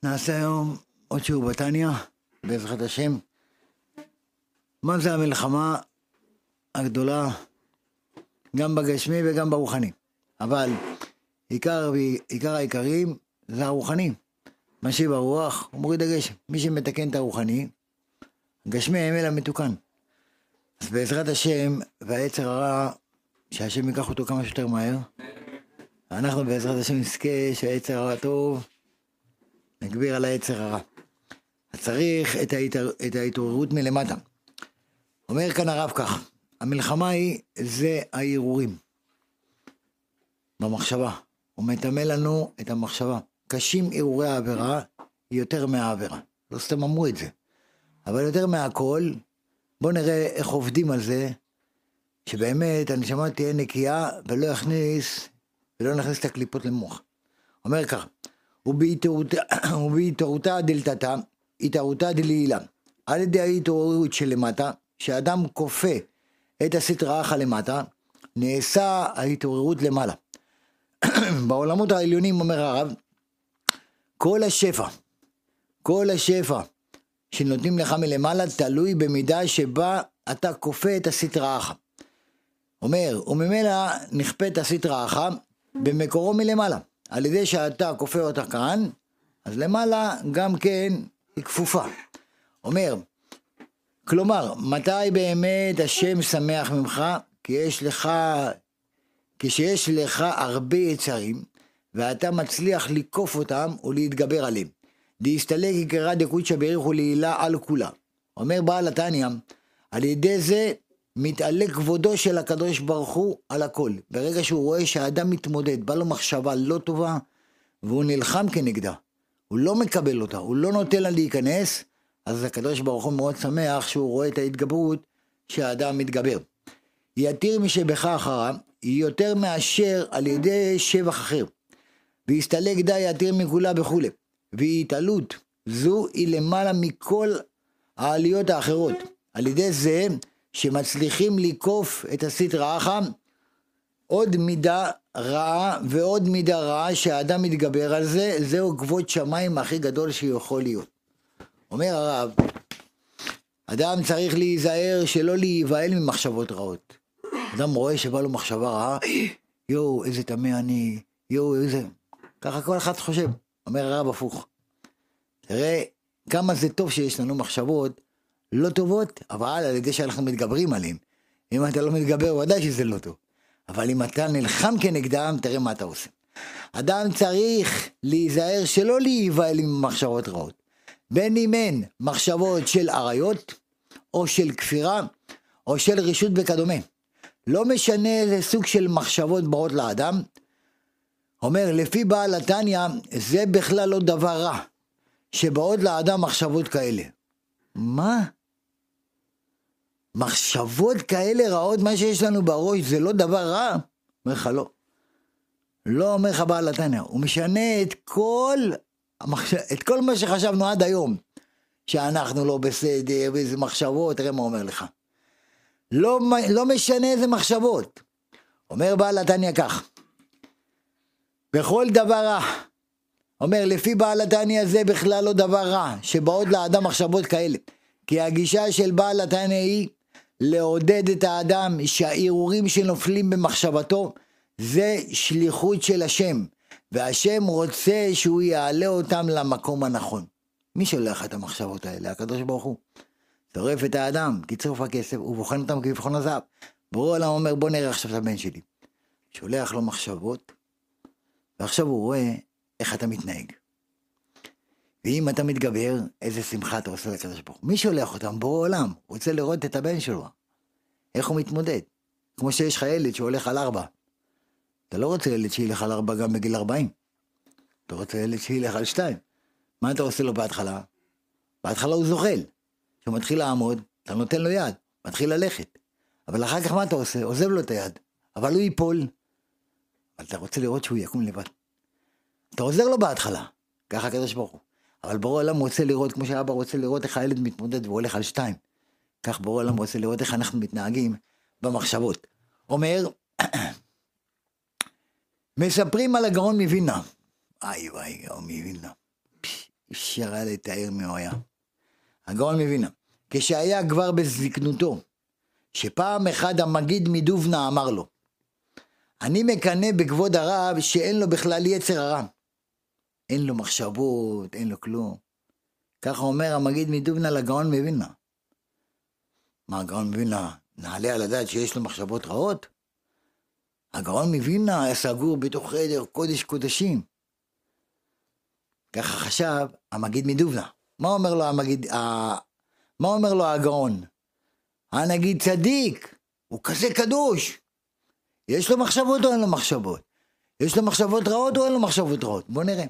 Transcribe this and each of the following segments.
נעשה היום עוד שיעור בתניא, בעזרת השם. מה זה המלחמה הגדולה, גם בגשמי וגם ברוחני? אבל עיקר העיקרים זה הרוחני. מה שברוח הוא מוריד הגשם. מי שמתקן את הרוחני, הגשמי האמל המתוקן. אז בעזרת השם, והיצר הרע, שהשם ייקח אותו כמה שיותר מהר, אנחנו בעזרת השם נזכה שהיצר הרע טוב, נגביר על היצר הרע. אז צריך את ההתעוררות מלמטה. אומר כאן הרב כך, המלחמה היא, זה הערעורים במחשבה. הוא מטמא לנו את המחשבה. קשים ערעורי העבירה יותר מהעבירה. לא סתם אמרו את זה. אבל יותר מהכל, בואו נראה איך עובדים על זה, שבאמת הנשמה תהיה נקייה ולא נכניס את הקליפות למוח. אומר כך, ובהתעוררותה דלתתה, התעוררותה דלילה. על ידי ההתעוררות שלמטה, שאדם כופה את הסטרא אחא למטה, נעשה ההתעוררות למעלה. בעולמות העליונים אומר הרב, כל השפע שנותנים לך מלמעלה תלוי במידה שבה אתה כופה את הסטרא אחא. אומר, וממילא נכפית הסטרא אחא במקורו מלמעלה. על ידי שאתה כופה אותה כאן, אז למעלה גם כן היא כפופה. אומר, כלומר, מתי באמת השם שמח ממך? כשיש לך הרבה יצרים, ואתה מצליח לקוף אותם ולהתגבר עליהם. דהסתלק יקרא דקודשא בריך ולעילה על כולה. אומר בעל התניא, על ידי זה מתעלה כבודו של הקדוש ברוך הוא על הכל. ברגע שהוא רואה שהאדם מתמודד, בא לו מחשבה לא טובה, והוא נלחם כנגדה. הוא לא מקבל אותה, הוא לא נותן לה להיכנס, אז הקדוש ברוך הוא מאוד שמח שהוא רואה את ההתגברות שהאדם מתגבר. יתיר משבך אחריו, היא יותר מאשר על ידי שבח אחר. והסתלק די יתיר מכולה וכו'. והתעלות זו היא למעלה מכל העליות האחרות. על ידי זה שמצליחים לקוף את הסטרא אחא, עוד מידה רעה ועוד מידה רעה שהאדם מתגבר על זה, זהו כבוד שמיים הכי גדול שיכול להיות. אומר הרב, אדם צריך להיזהר שלא להיבהל ממחשבות רעות. אדם רואה שבא לו מחשבה רעה, יואו, איזה טמא אני, יואו, איזה... ככה כל אחד חושב. אומר הרב הפוך. תראה כמה זה טוב שיש לנו מחשבות לא טובות, אבל על ידי שאנחנו מתגברים עליהן. אם אתה לא מתגבר, ודאי שזה לא טוב. אבל אם אתה נלחם כנגדם, תראה מה אתה עושה. אדם צריך להיזהר שלא להיבהל עם מחשבות רעות. בין אם הן מחשבות של עריות, או של כפירה, או של רשות וכדומה. לא משנה איזה סוג של מחשבות באות לאדם. אומר, לפי בעל התניא, זה בכלל לא דבר רע, שבאות לאדם מחשבות כאלה. מה? מחשבות כאלה רעות, מה שיש לנו בראש, זה לא דבר רע? אומר לך לא. לא אומר לך בעל התניא, הוא משנה את כל מה שחשבנו עד היום, שאנחנו לא בסדר, ואיזה מחשבות, תראה מה אומר לך. לא משנה איזה מחשבות. אומר בעל התניא כך, בכל דבר רע, אומר לפי בעל התניא זה בכלל לא דבר רע, שבאות לאדם מחשבות כאלה, כי הגישה של בעל התניא היא, לעודד את האדם שהערעורים שנופלים במחשבתו, זה שליחות של השם, והשם רוצה שהוא יעלה אותם למקום הנכון. מי שולח את המחשבות האלה? הקדוש ברוך הוא. שורף את האדם, כצרוף הכסף, הוא בוחן אותם כבחון הזהב. בורא עולם אומר, בוא נראה עכשיו את הבן שלי. שולח לו מחשבות, ועכשיו הוא רואה איך אתה מתנהג. ואם אתה מתגבר, איזה שמחה אתה עושה לקדוש ברוך הוא. מי שולח אותם? בורא עולם. הוא רוצה לראות את הבן שלו. איך הוא מתמודד. כמו שיש לך ילד שהולך על 4. אתה לא רוצה ילד שילך על 4 גם בגיל 40. אתה רוצה ילד שילך על 2. מה אתה עושה לו בהתחלה? בהתחלה הוא זוחל. כשהוא מתחיל לעמוד, אתה נותן לו יד. מתחיל ללכת. אבל אחר כך מה אתה עושה? עוזב לו את היד. אבל הוא ייפול. אבל אתה רוצה לראות שהוא יקום לבד. אתה עוזר לו בהתחלה. ככה הקדוש ברוך הוא. אבל בורא עולם רוצה לראות, כמו שאבא רוצה לראות איך הילד מתמודד והולך על 2. כך בורא עולם רוצה לראות איך אנחנו מתנהגים במחשבות. אומר, מספרים על הגאון מווילנה. גאון מווילנה. אפשר היה לתאר מי הוא היה. הגאון מווילנה, כשהיה כבר בזקנותו, שפעם אחד המגיד מדובנה אמר לו, אני מקנא בכבוד הרב שאין לו בכלל יצר הרע. אין לו מחשבות, אין לו כלום. ככה אומר המגיד מדובנה לגאון מווילנה. מה הגאון מווילנה, נעלה על הדעת שיש לו מחשבות רעות? הגאון מווילנה היה סגור בתוך חדר קודש קודשים. ככה חשב המגיד מדובנה. מה אומר לו הגאון? הנגיד צדיק, הוא כזה קדוש. יש לו מחשבות או אין לו מחשבות? יש לו מחשבות רעות או אין לו מחשבות רעות? בוא נראה.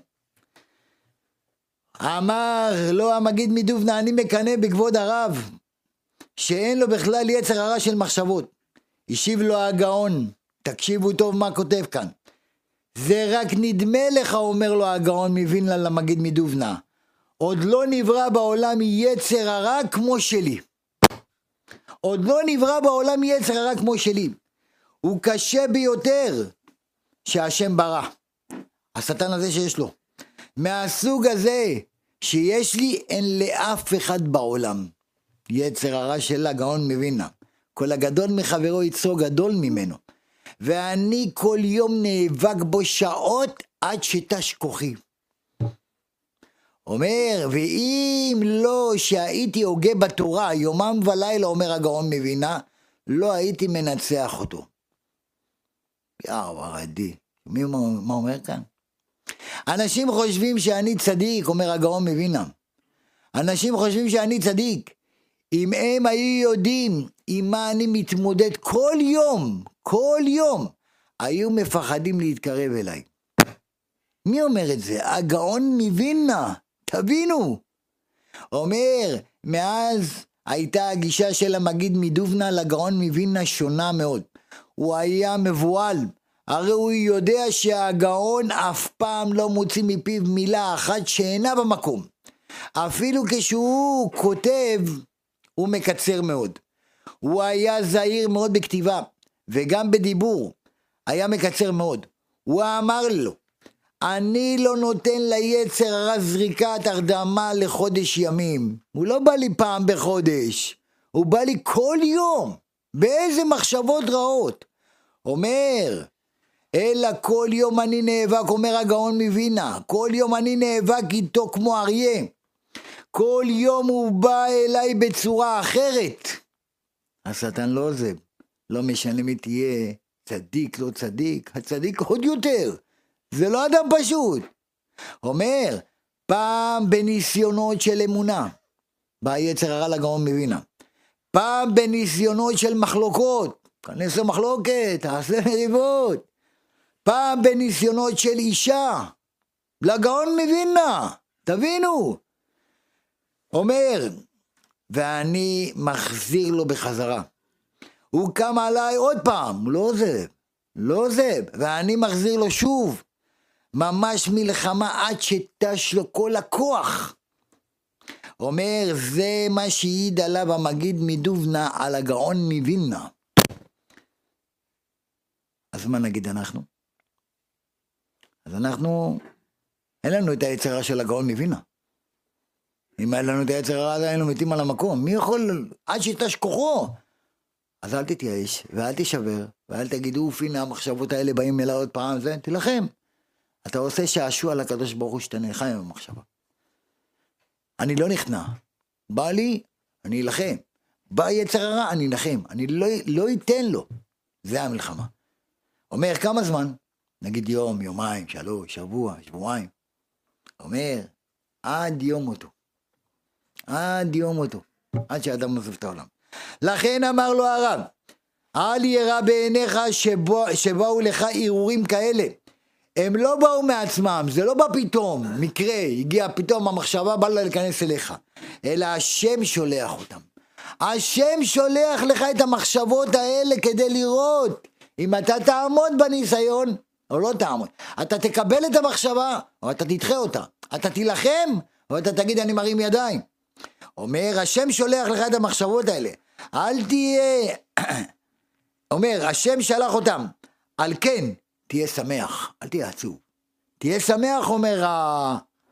אמר לו המגיד מדובנה, אני מקנא בכבוד הרב, שאין לו בכלל יצר הרע של מחשבות. השיב לו הגאון, תקשיבו טוב מה כותב כאן. זה רק נדמה לך, אומר לו הגאון מווילנה למגיד מדובנה. עוד לא נברא בעולם יצר הרע כמו שלי. עוד לא נברא בעולם יצר הרע כמו שלי. הוא קשה ביותר שהשם ברא. השטן הזה שיש לו. מהסוג הזה שיש לי אין לאף אחד בעולם. יצר הרע של הגאון מווילנה. כל הגדול מחברו יצרו גדול ממנו. ואני כל יום נאבק בו שעות עד שתש כוחי. אומר, ואם לא שהייתי הוגה בתורה יומם ולילה, אומר הגאון מווילנה, לא הייתי מנצח אותו. יאו, הרדי. מה אומר כאן? אנשים חושבים שאני צדיק, אומר הגאון מווילנה. אנשים חושבים שאני צדיק. אם הם היו יודעים עם מה אני מתמודד כל יום, היו מפחדים להתקרב אליי. מי אומר את זה? הגאון מווילנה. תבינו. אומר, מאז הייתה הגישה של המגיד מדובנה לגאון מווילנה שונה מאוד. הוא היה מבועל. הרי הוא יודע שהגאון אף פעם לא מוציא מפיו מילה אחת שאינה במקום. אפילו כשהוא כותב, הוא מקצר מאוד. הוא היה זהיר מאוד בכתיבה, וגם בדיבור, היה מקצר מאוד. הוא אמר לו, אני לא נותן ליצר הרע זריקת הרדמה לחודש ימים. הוא לא בא לי פעם בחודש, הוא בא לי כל יום, באיזה מחשבות רעות. אומר, אלא כל יום אני נאבק, אומר הגאון מווילנה, כל יום אני נאבק איתו כמו אריה. כל יום הוא בא אליי בצורה אחרת. השטן לא עוזב, לא משנה מי תהיה, צדיק לא צדיק, הצדיק עוד יותר. זה לא אדם פשוט. אומר, פעם בניסיונות של אמונה, בא יצר הרע לגאון מווילנה. פעם בניסיונות של מחלוקות, כנס למחלוקת, תעשה מריבות. פעם בניסיונות של אישה, לגאון מווילנה, תבינו. אומר, ואני מחזיר לו בחזרה. הוא קם עליי עוד פעם, הוא לא עוזב, ואני מחזיר לו שוב. ממש מלחמה עד שתש לו כל הכוח. אומר, זה מה שהעיד עליו המגיד מדובנה על הגאון מווילנה. אז מה נגיד אנחנו? אז אנחנו, אין לנו את היצר הרע של הגאון מווילנה. אם אין לנו את היצר הרע, היינו מתים על המקום. מי יכול, עד שתש כוחו? אז אל תתייאש, ואל תשבר, ואל תגידו, הנה המחשבות האלה באים אליי עוד פעם, זה, תלחם. אתה עושה שעשוע לקדוש ברוך הוא שאתה נלחם עם המחשבה. אני לא נכנע. בא לי, אני אלחם. בא יצר הרע, אני אלחם. אני לא אתן לו. זה המלחמה. אומר, כמה זמן? נגיד יום, יומיים, 3, שבוע, שבועיים. אומר, עד יום מותו. עד יום מותו. עד שאדם עוזב את העולם. לכן אמר לו הרב, אל ירא בעיניך שבאו לך ערעורים כאלה. הם לא באו מעצמם, זה לא בא פתאום, מקרה, הגיע פתאום המחשבה, בא לה להיכנס אליך. אלא השם שולח אותם. השם שולח לך את המחשבות האלה כדי לראות אם אתה תעמוד בניסיון או לא תעמוד. אתה תקבל את המחשבה או אתה תדחה אותה. אתה תילחם או אתה תגיד אני מרים ידיים. אומר, השם שולח לך את המחשבות האלה. אל תהיה, אומר, השם שלח אותם. על כן, תהיה שמח, אל תהיה עצוב. תהיה שמח, אומר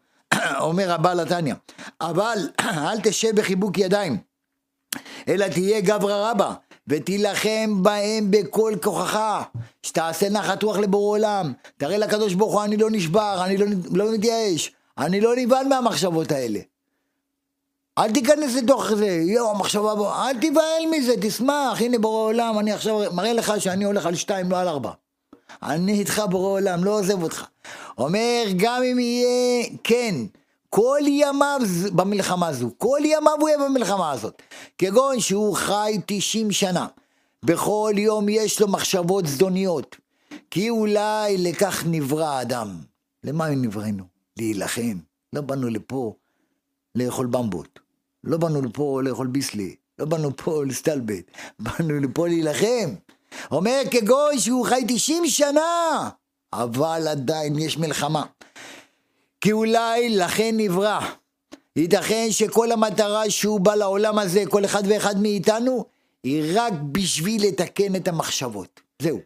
אומר הבעל התניא, אבל אל תשב בחיבוק ידיים, אלא תהיה גברא רבא, ותילחם בהם בכל כוחך, שתעשה נחת רוח לבורא עולם, תראה לקדוש ברוך הוא, אני לא נשבר, אני לא מתייאש, אני לא נבהל מהמחשבות האלה. אל תיכנס לתוך זה, המחשבה בו, אל תבהל מזה, תשמח, הנה בורא עולם, אני עכשיו מראה לך שאני הולך על 2, לא על 4. אני איתך בורא עולם, לא עוזב אותך. אומר, גם אם יהיה, כן, כל ימיו במלחמה הזו, כל ימיו הוא יהיה במלחמה הזאת. כגון שהוא חי 90 שנה, בכל יום יש לו מחשבות זדוניות, כי אולי לכך נברא האדם. למה נבראנו? להילחם. לא באנו לפה לאכול במבות, לא באנו לפה לאכול ביסלי, לא באנו פה לסטלבט, באנו לפה להילחם. אומר כגון שהוא חי 90 שנה, אבל עדיין יש מלחמה. כי אולי לכן נברא. ייתכן שכל המטרה שהוא בא לעולם הזה, כל אחד ואחד מאיתנו, היא רק בשביל לתקן את המחשבות. זהו.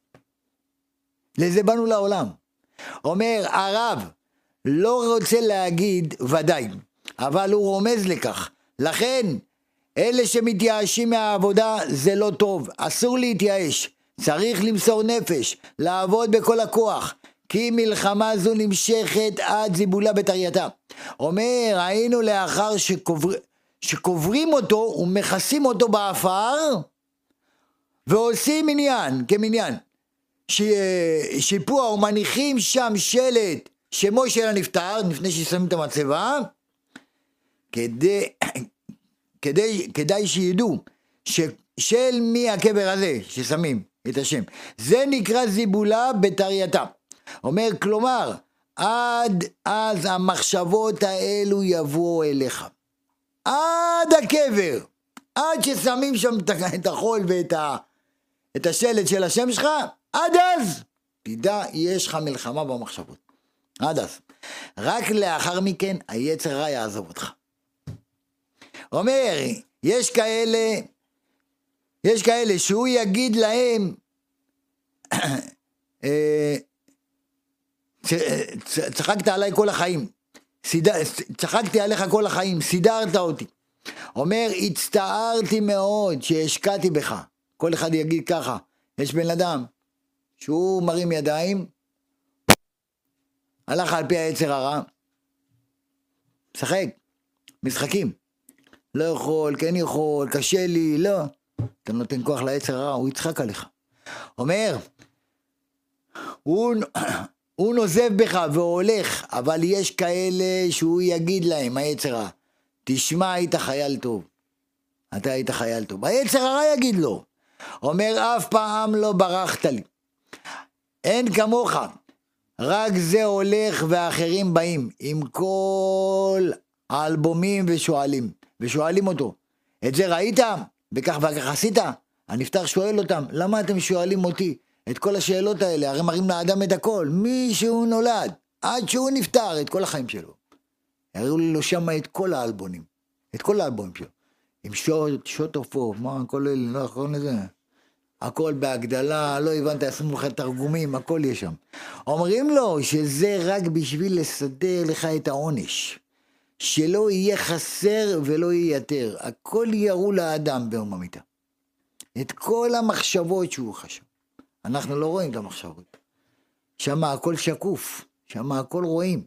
לזה באנו לעולם. אומר הרב, לא רוצה להגיד ודאי, אבל הוא רומז לכך. לכן, אלה שמתייאשים מהעבודה זה לא טוב, אסור להתייאש, צריך למסור נפש, לעבוד בכל הכוח, כי מלחמה זו נמשכת עד זיבולה בתרייתה. אומר, ראינו לאחר שקוברים אותו ומכסים אותו באפר, ועושים מניין, כמניין, שיפוע ומניחים שם שלט שמו של הנפטר, לפני ששמים את המצבה, כדאי שידעו של מי הקבר הזה ששמים את השם. זה נקרא זיבולה בתרייתה. אומר, כלומר, עד אז המחשבות האלו יבואו אליך. עד הקבר. עד ששמים שם את החול ואת השלט של השם שלך, עד אז תדע, יש לך מלחמה במחשבות. עד אז. רק לאחר מכן, היצר הרע יעזוב אותך. אומר, יש כאלה שהוא יגיד להם, צחקת עליי כל החיים, צחקתי עליך כל החיים, סידרת אותי. אומר, הצטערתי מאוד שהשקעתי בך. כל אחד יגיד ככה, יש בן אדם שהוא מרים ידיים, הלך על פי היצר הרע, משחק, משחקים, לא יכול, כן יכול, קשה לי, לא. אתה נותן כוח ליצר הרע, הוא יצחק עליך. אומר, הוא נוזב בך והולך, אבל יש כאלה שהוא יגיד להם, היצר הרע, תשמע, היית חייל טוב. אתה היית חייל טוב. היצר הרע יגיד לו. אומר, אף פעם לא ברחת לי. אין כמוך. רק זה הולך ואחרים באים עם כל האלבומים ושואלים אותו, את זה ראית? וכך וכך עשית? הנפטר שואל אותם, למה אתם שואלים אותי את כל השאלות האלה? הרי מראים לאדם את הכל, מי שהוא נולד, עד שהוא נפטר, את כל החיים שלו. הראו לו שם את כל האלבומים, את כל האלבומים שלו, עם שוט אופו, מה הכל אלה, לא יכול לזה. הכל בהגדלה, לא הבנת, עשינו לך תרגומים, הכל יש שם. אומרים לו שזה רק בשביל לסדר לך את העונש, שלא יהיה חסר ולא יהיה יותר. הכל יראו לאדם ביום המיטה. את כל המחשבות שהוא חשב. אנחנו לא רואים את המחשבות. שם הכל שקוף, שם הכל רואים.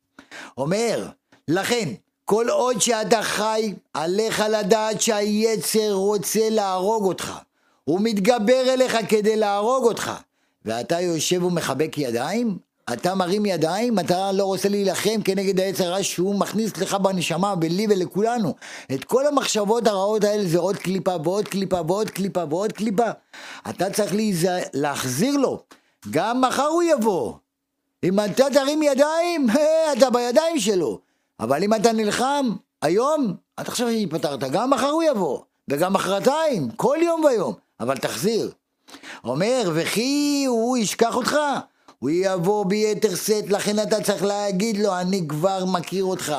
אומר, לכן, כל עוד שאתה חי, עליך לדעת שהיצר רוצה להרוג אותך. הוא מתגבר אליך כדי להרוג אותך, ואתה יושב ומחבק ידיים, אתה מרים ידיים, אתה לא רוצה להילחם כנגד היצר הרע שהוא מכניס לך בנשמה, ולי ולכולנו. את כל המחשבות הרעות האלה זה עוד קליפה ועוד קליפה ועוד קליפה ועוד קליפה. אתה צריך להחזיר לו, גם מחר הוא יבוא. אם אתה תרים ידיים, אתה בידיים שלו. אבל אם אתה נלחם היום, אתה חושב שפתרת, גם מחר הוא יבוא, וגם מחרתיים, כל יום ויום. אבל תחזיר. אומר, וכי הוא ישכח אותך, הוא יבוא ביתר שאת, לכן אתה צריך להגיד לו, אני כבר מכיר אותך,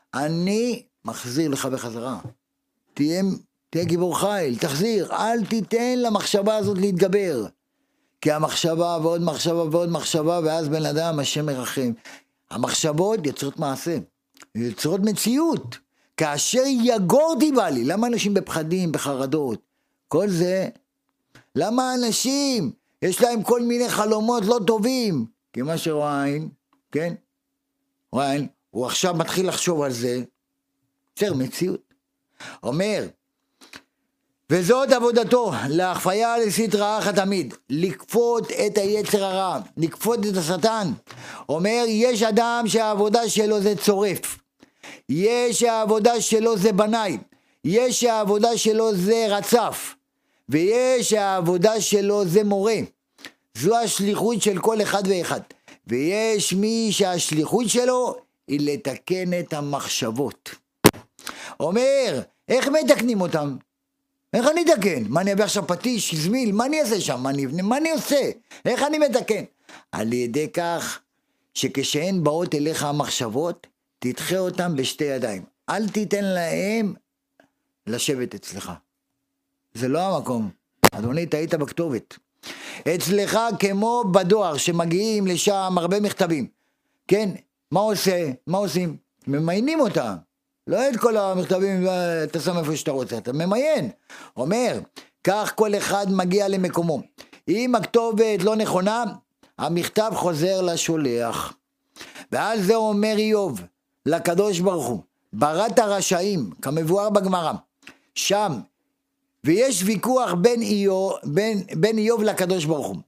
אני מחזיר לך בחזרה. תהיה גיבור חיל, תחזיר, אל תיתן למחשבה הזאת להתגבר. כי המחשבה ועוד מחשבה ועוד מחשבה, ואז בן אדם השם מרחם. המחשבות יוצרות מעשה. יוצרות מציאות. כאשר יגורתי בא לי. למה אנשים בפחדים, בחרדות? כל זה, למה אנשים יש להם כל מיני חלומות לא טובים? כי מה שרואה עין, כן? רואה עין, הוא עכשיו מתחיל לחשוב על זה, יוצר מציאות. אומר, וזאת עבודתו, להחפיה לסטרא אחת תמיד, לקפות את היצר הרע, לקפות את השטן. אומר, יש אדם שהעבודה שלו זה צורף, יש שהעבודה שלו זה בנאי, יש שהעבודה שלו זה רצף, ויש שהעבודה שלו זה מורה. זו השליחות של כל אחד ואחד. ויש מי שהשליחות שלו היא לתקן את המחשבות. אומר, איך מתקנים אותם? איך אני אתקן? מה אני אביא עכשיו פטיש, זמיל? מה אני אעשה שם? מה אני עושה? איך אני מתקן? על ידי כך שכשהן באות אליך המחשבות, תדחה אותם בשתי ידיים. אל תיתן להם לשבת אצלך. זה לא המקום. אדוני, טעית בכתובת. אצלך כמו בדואר שמגיעים לשם הרבה מכתבים. כן, מה עושים? ממיינים אותם. לא את כל המכתבים, אתה שם איפה שאתה רוצה, אתה ממיין. אומר, כך כל אחד מגיע למקומו. אם הכתובת לא נכונה, המכתב חוזר לשולח. ואז זה אומר איוב, לקדוש ברוך הוא, בראת הרשעים, כמבואר בגמרא, שם, ויש ויכוח בין איוב לקדוש ברוך הוא.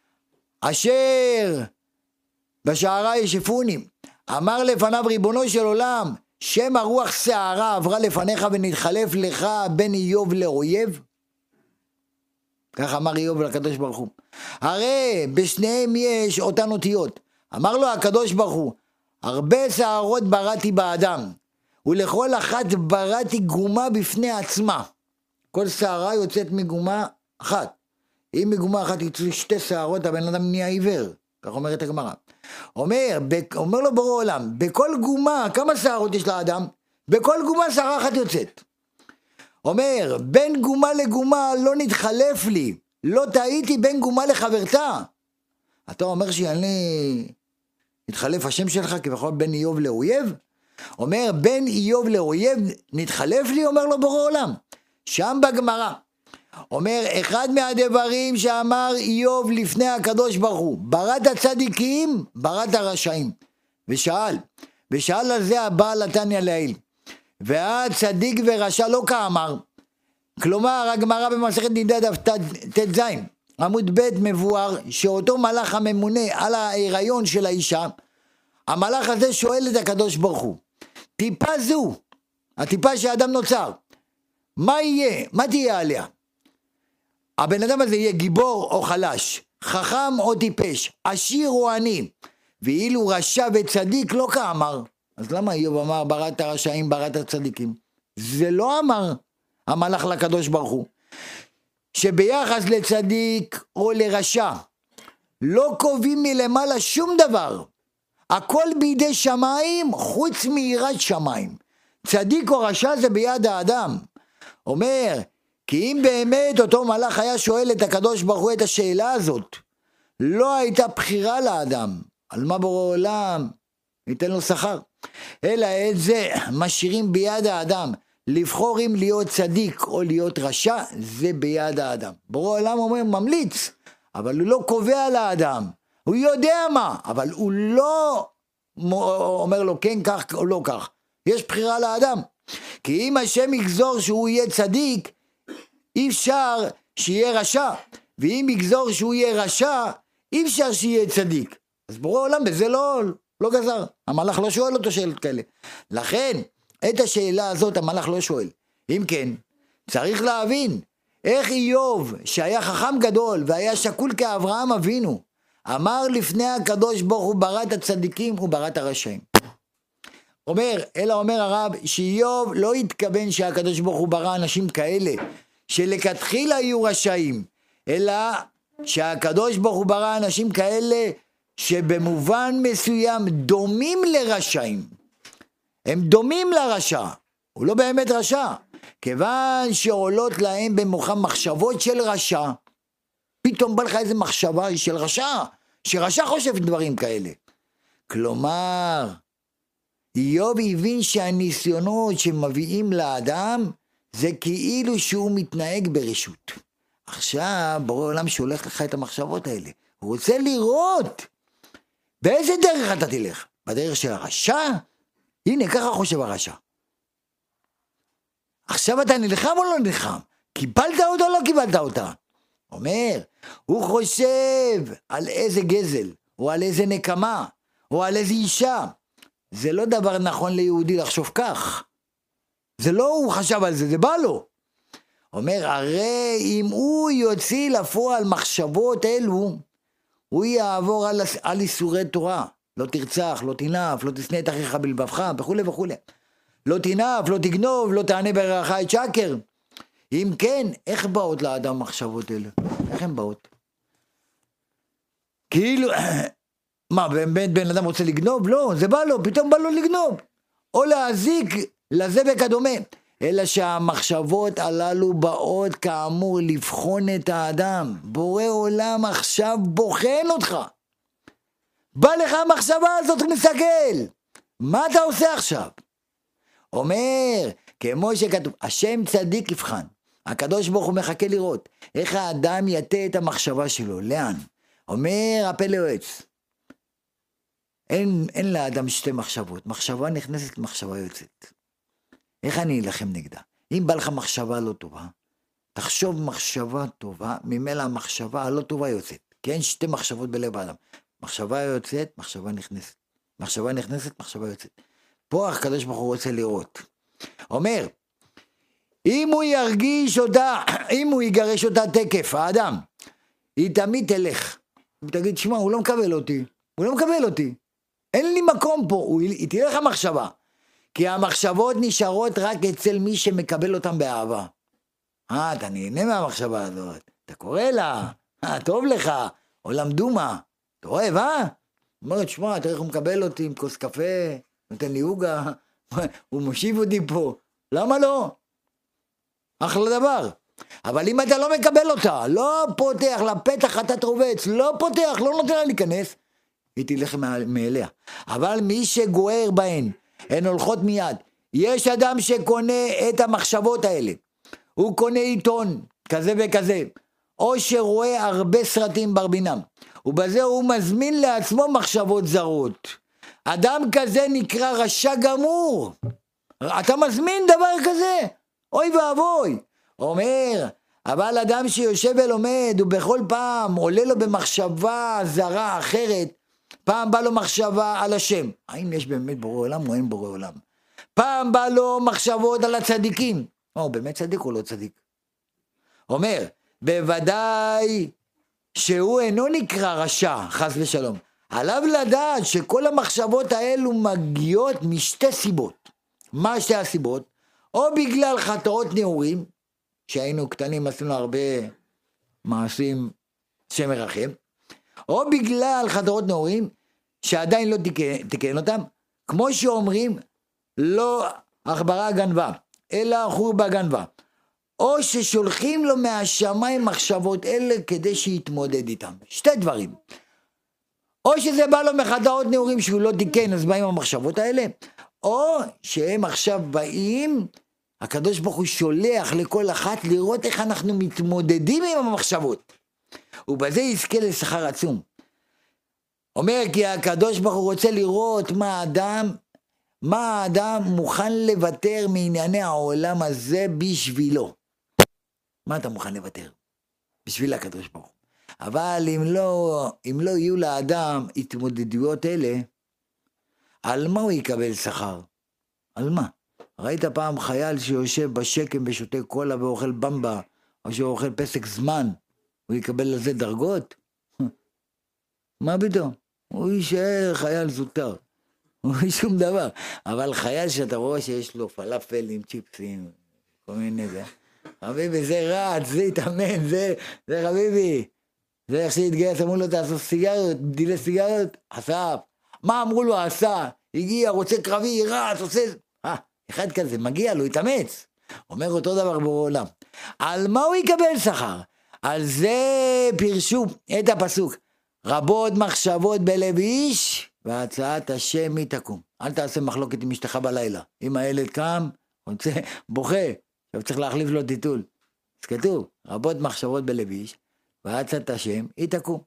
אשר בשערה ישפוני, אמר לפניו ריבונו של עולם, שם הרוח שערה עברה לפניך ונתחלף לך בין איוב לאויב? כך אמר איוב לקדוש ברוך הוא. הרי בשניהם יש אותן אותיות. אמר לו הקדוש ברוך הוא, הרבה שערות בראתי באדם, ולכל אחת בראתי גומה בפני עצמה. כל שערה יוצאת מגומה אחת. אם מגומה אחת יצאו שתי שערות, הבן אדם נהיה עיוור. כך אומרת הגמרא. אומר לו בורא עולם, בכל גומה, כמה שערות יש לאדם? בכל גומה שערה אחת יוצאת. אומר, בין גומה לגומה לא נתחלף לי, לא טעיתי בין גומה לחברתה. אתה אומר שאני נתחלף השם שלך כבכל בין איוב לאויב? אומר, בין איוב לאויב נתחלף לי, אומר לו בורא עולם. שם בגמרא. אומר, אחד מהדברים שאמר איוב לפני הקדוש ברוך הוא, בראת הצדיקים, בראת הרשעים. ושאל על זה הבעל התניא לעיל. והצדיק ורשע לא כאמר. כלומר, הגמרא במסכת נידה דף ט"ז, עמוד ב' מבואר, שאותו מלאך הממונה על ההיריון של האישה, המלאך הזה שואל את הקדוש ברוך הוא, טיפה זו, הטיפה שהאדם נוצר, מה יהיה? מה תהיה עליה? הבן אדם הזה יהיה גיבור או חלש, חכם או טיפש, עשיר או עני, ואילו רשע וצדיק לא כאמר. אז למה איוב אמר בראת הרשעים, בראת הצדיקים? זה לא אמר המלאך לקדוש ברוך הוא. שביחס לצדיק או לרשע, לא קובעים מלמעלה שום דבר. הכל בידי שמיים חוץ מיראת שמיים. צדיק או רשע זה ביד האדם. אומר, כי אם באמת אותו מלאך היה שואל את הקדוש ברוך הוא את השאלה הזאת, לא הייתה בחירה לאדם. על מה בורא עולם ייתן לו שכר? אלא את זה משאירים ביד האדם. לבחור אם להיות צדיק או להיות רשע, זה ביד האדם. בורא עולם אומר ממליץ, אבל הוא לא קובע לאדם. הוא יודע מה, אבל הוא לא אומר לו כן כך או לא כך. יש בחירה לאדם. כי אם השם יגזור שהוא יהיה צדיק, אי אפשר שיהיה רשע. ואם יגזור שהוא יהיה רשע, אי אפשר שיהיה צדיק. אז בורא עולם בזה לא גזר. המלאך לא שואל אותו שאלות כאלה. לכן, את השאלה הזאת המלאך לא שואל. אם כן, צריך להבין איך איוב, שהיה חכם גדול והיה שקול כאברהם אבינו, אמר לפני הקדוש ברוך הוא בראת הצדיקים ובראת הרשעים. אומר הרב שאיוב לא התכוון שהקדוש ברוך הוא ברא אנשים כאלה שלכתחילה יהיו רשעים, אלא שהקדוש ברוך הוא ברא אנשים כאלה שבמובן מסוים דומים לרשעים. הם דומים לרשע, הוא לא באמת רשע, כיוון שעולות להם במוחם מחשבות של רשע. פתאום בא לך איזה מחשבה של רשע, שרשע חושב דברים כאלה. כלומר, איוב הבין שהניסיונות שמביאים לאדם, זה כאילו שהוא מתנהג ברשות. עכשיו, בורא עולם שולח לך את המחשבות האלה. הוא רוצה לראות באיזה דרך אתה תלך. בדרך של הרשע? הנה, ככה חושב הרשע. עכשיו אתה נלחם או לא נלחם? קיבלת אותה או לא קיבלת אותה? אומר, הוא חושב על איזה גזל, או על איזה נקמה, או על איזה אישה. זה לא דבר נכון ליהודי לחשוב כך. זה לא הוא חשב על זה, זה בא לו. אומר, הרי אם הוא יוציא לפועל מחשבות אלו, הוא יעבור על איסורי תורה. לא תרצח, לא תנאף, לא תשנא את אחיך בלבבך, וכו' וכו'. לא תנאף, לא תגנוב, לא תענה ברעך את שקר. אם כן, איך באות לאדם מחשבות אלה? איך הן באות? כאילו, מה, באמת בן אדם רוצה לגנוב? לא, זה בא לו, פתאום בא לו לגנוב. או להזיק לזה וכדומה. אלא שהמחשבות הללו באות כאמור לבחון את האדם. בורא עולם עכשיו בוחן אותך. בא לך המחשבה הזאת, מסתכל. מה אתה עושה עכשיו? אומר, כמו שכתוב, השם צדיק יבחן. הקדוש ברוך הוא מחכה לראות איך האדם יתה את המחשבה שלו. לאן? אומר הפלא יועץ. אין לאדם שתי מחשבות. מחשבה נכנסת, מחשבה יוצאת. איך אני אלחם נגדה? אם בא לך מחשבה לא טובה, תחשוב מחשבה טובה, ממילא המחשבה הלא טובה יוצאת. כי אין שתי מחשבות בלב האדם. מחשבה יוצאת, מחשבה נכנסת. מחשבה נכנסת, מחשבה יוצאת. פה הקדוש ברוך הוא רוצה לראות. אומר, אם הוא ירגיש אותה, אם הוא יגרש אותה תקף, האדם, היא תמיד תלך. היא תגיד, שמע, הוא לא מקבל אותי. הוא לא מקבל אותי. אין לי מקום פה. היא תלך המחשבה. כי המחשבות נשארות רק אצל מי שמקבל אותם באהבה. אתה נהנה מהמחשבה הזאת. אתה קורא לה. טוב לך. עולם דומה. אתה אוהב, אומרת, שמע, תראה איך הוא מקבל אותי עם כוס קפה, נותן לי הוגה, הוא מושיב אותי פה. למה לא? אחלה דבר. אבל אם אתה לא מקבל אותה, לא פותח לפתח אתה תרובץ, לא פותח, לא נותן לה להיכנס, היא תלך מאליה. אבל מי שגוער בהן, הן הולכות מיד. יש אדם שקונה את המחשבות האלה. הוא קונה עיתון, כזה וכזה, או שרואה הרבה סרטים ברבינם, ובזה הוא מזמין לעצמו מחשבות זרות. אדם כזה נקרא רשע גמור. אתה מזמין דבר כזה? אוי ואבוי. אומר, אבל אדם שיושב ולומד, ובכל פעם עולה לו במחשבה זרה אחרת, פעם בא לו מחשבה על השם. האם יש באמת בורא עולם או אין בורא עולם? פעם בא לו מחשבות על הצדיקים. באמת צדיק או לא צדיק? אומר, בוודאי שהוא אינו נקרא רשע, חס ושלום. עליו לדעת שכל המחשבות האלו מגיעות משתי סיבות. מה שתי הסיבות? או בגלל חטאות נעורים, שהיינו קטנים, עשינו הרבה מעשים שמרחם, או בגלל חטאות נעורים, שעדיין לא תיקן אותם, כמו שאומרים, לא עכברה גנבה, אלא חורבה גנבה. או ששולחים לו מהשמיים מחשבות אלה כדי שיתמודד איתם. שתי דברים. או שזה בא לו מחטאות נעורים שהוא לא תיקן, אז באים המחשבות האלה, או שהם עכשיו באים, הקדוש ברוך הוא שולח לכל אחת לראות איך אנחנו מתמודדים עם המחשבות. ובזה יזכה לשכר עצום. אומר כי הקדוש ברוך הוא רוצה לראות מה האדם מוכן לוותר מענייני העולם הזה בשבילו. מה אתה מוכן לוותר? בשביל הקדוש ברוך הוא. אבל אם לא יהיו לאדם התמודדויות אלה, על מה הוא יקבל שכר? על מה? ראית פעם חייל שיושב בשקם ושותה קולה ואוכל במבה, או שאוכל פסק זמן, הוא יקבל לזה דרגות? מה פתאום? הוא יישאר חייל זוטר. הוא שום דבר. אבל חייל שאתה רואה שיש לו פלאפל עם צ'יפסים, כל מיני זה. חביבי, זה רץ, זה התאמן, זה חביבי. זה איך שהתגייס, אמרו לו, תעשו סיגריות, דילי סיגריות, אסף. מה אמרו לו, עשה? הגיע, רוצה קרבי, רץ, עושה... אחד כזה, מגיע לו, התאמץ. אומר אותו דבר בעולם. על מה הוא יקבל שכר? על זה פירשו את הפסוק. רבות מחשבות בלב איש, והצעת השם היא תקום. אל תעשה מחלוקת עם אשתך בלילה. אם הילד קם, רוצה, בוכה, עכשיו צריך להחליף לו טיטול. אז כתוב, רבות מחשבות בלב איש, והצעת השם היא תקום.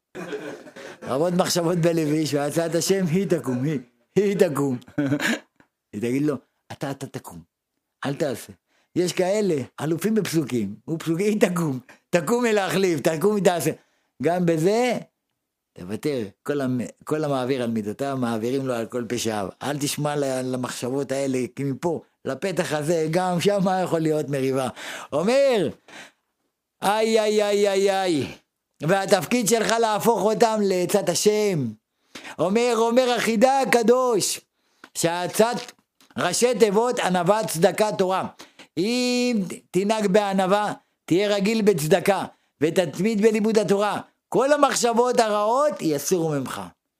רבות מחשבות בלב איש, והצעת השם היא תקום, היא תקום. היא תגיד לו, אתה תקום, אל תעשה. יש כאלה, אלופים בפסוקים, ופסוקים, היא תקום להחליף, תקום היא תעשה. גם בזה, תוותר, כל המעביר על מידותיו, מעבירים לו על כל פשעיו. אל תשמע למחשבות האלה, כי מפה, לפתח הזה, גם שם יכול להיות מריבה. אומר, איי, איי, איי, איי, איי, והתפקיד שלך להפוך אותם לעצת השם. אומר החידה הקדוש, שהעצת ראשי תיבות ענווה צדקה תורה. אם תנהג בענווה, תהיה רגיל בצדקה, ותתמיד בלימוד התורה. כל המחשבות הרעות יסירו ממך.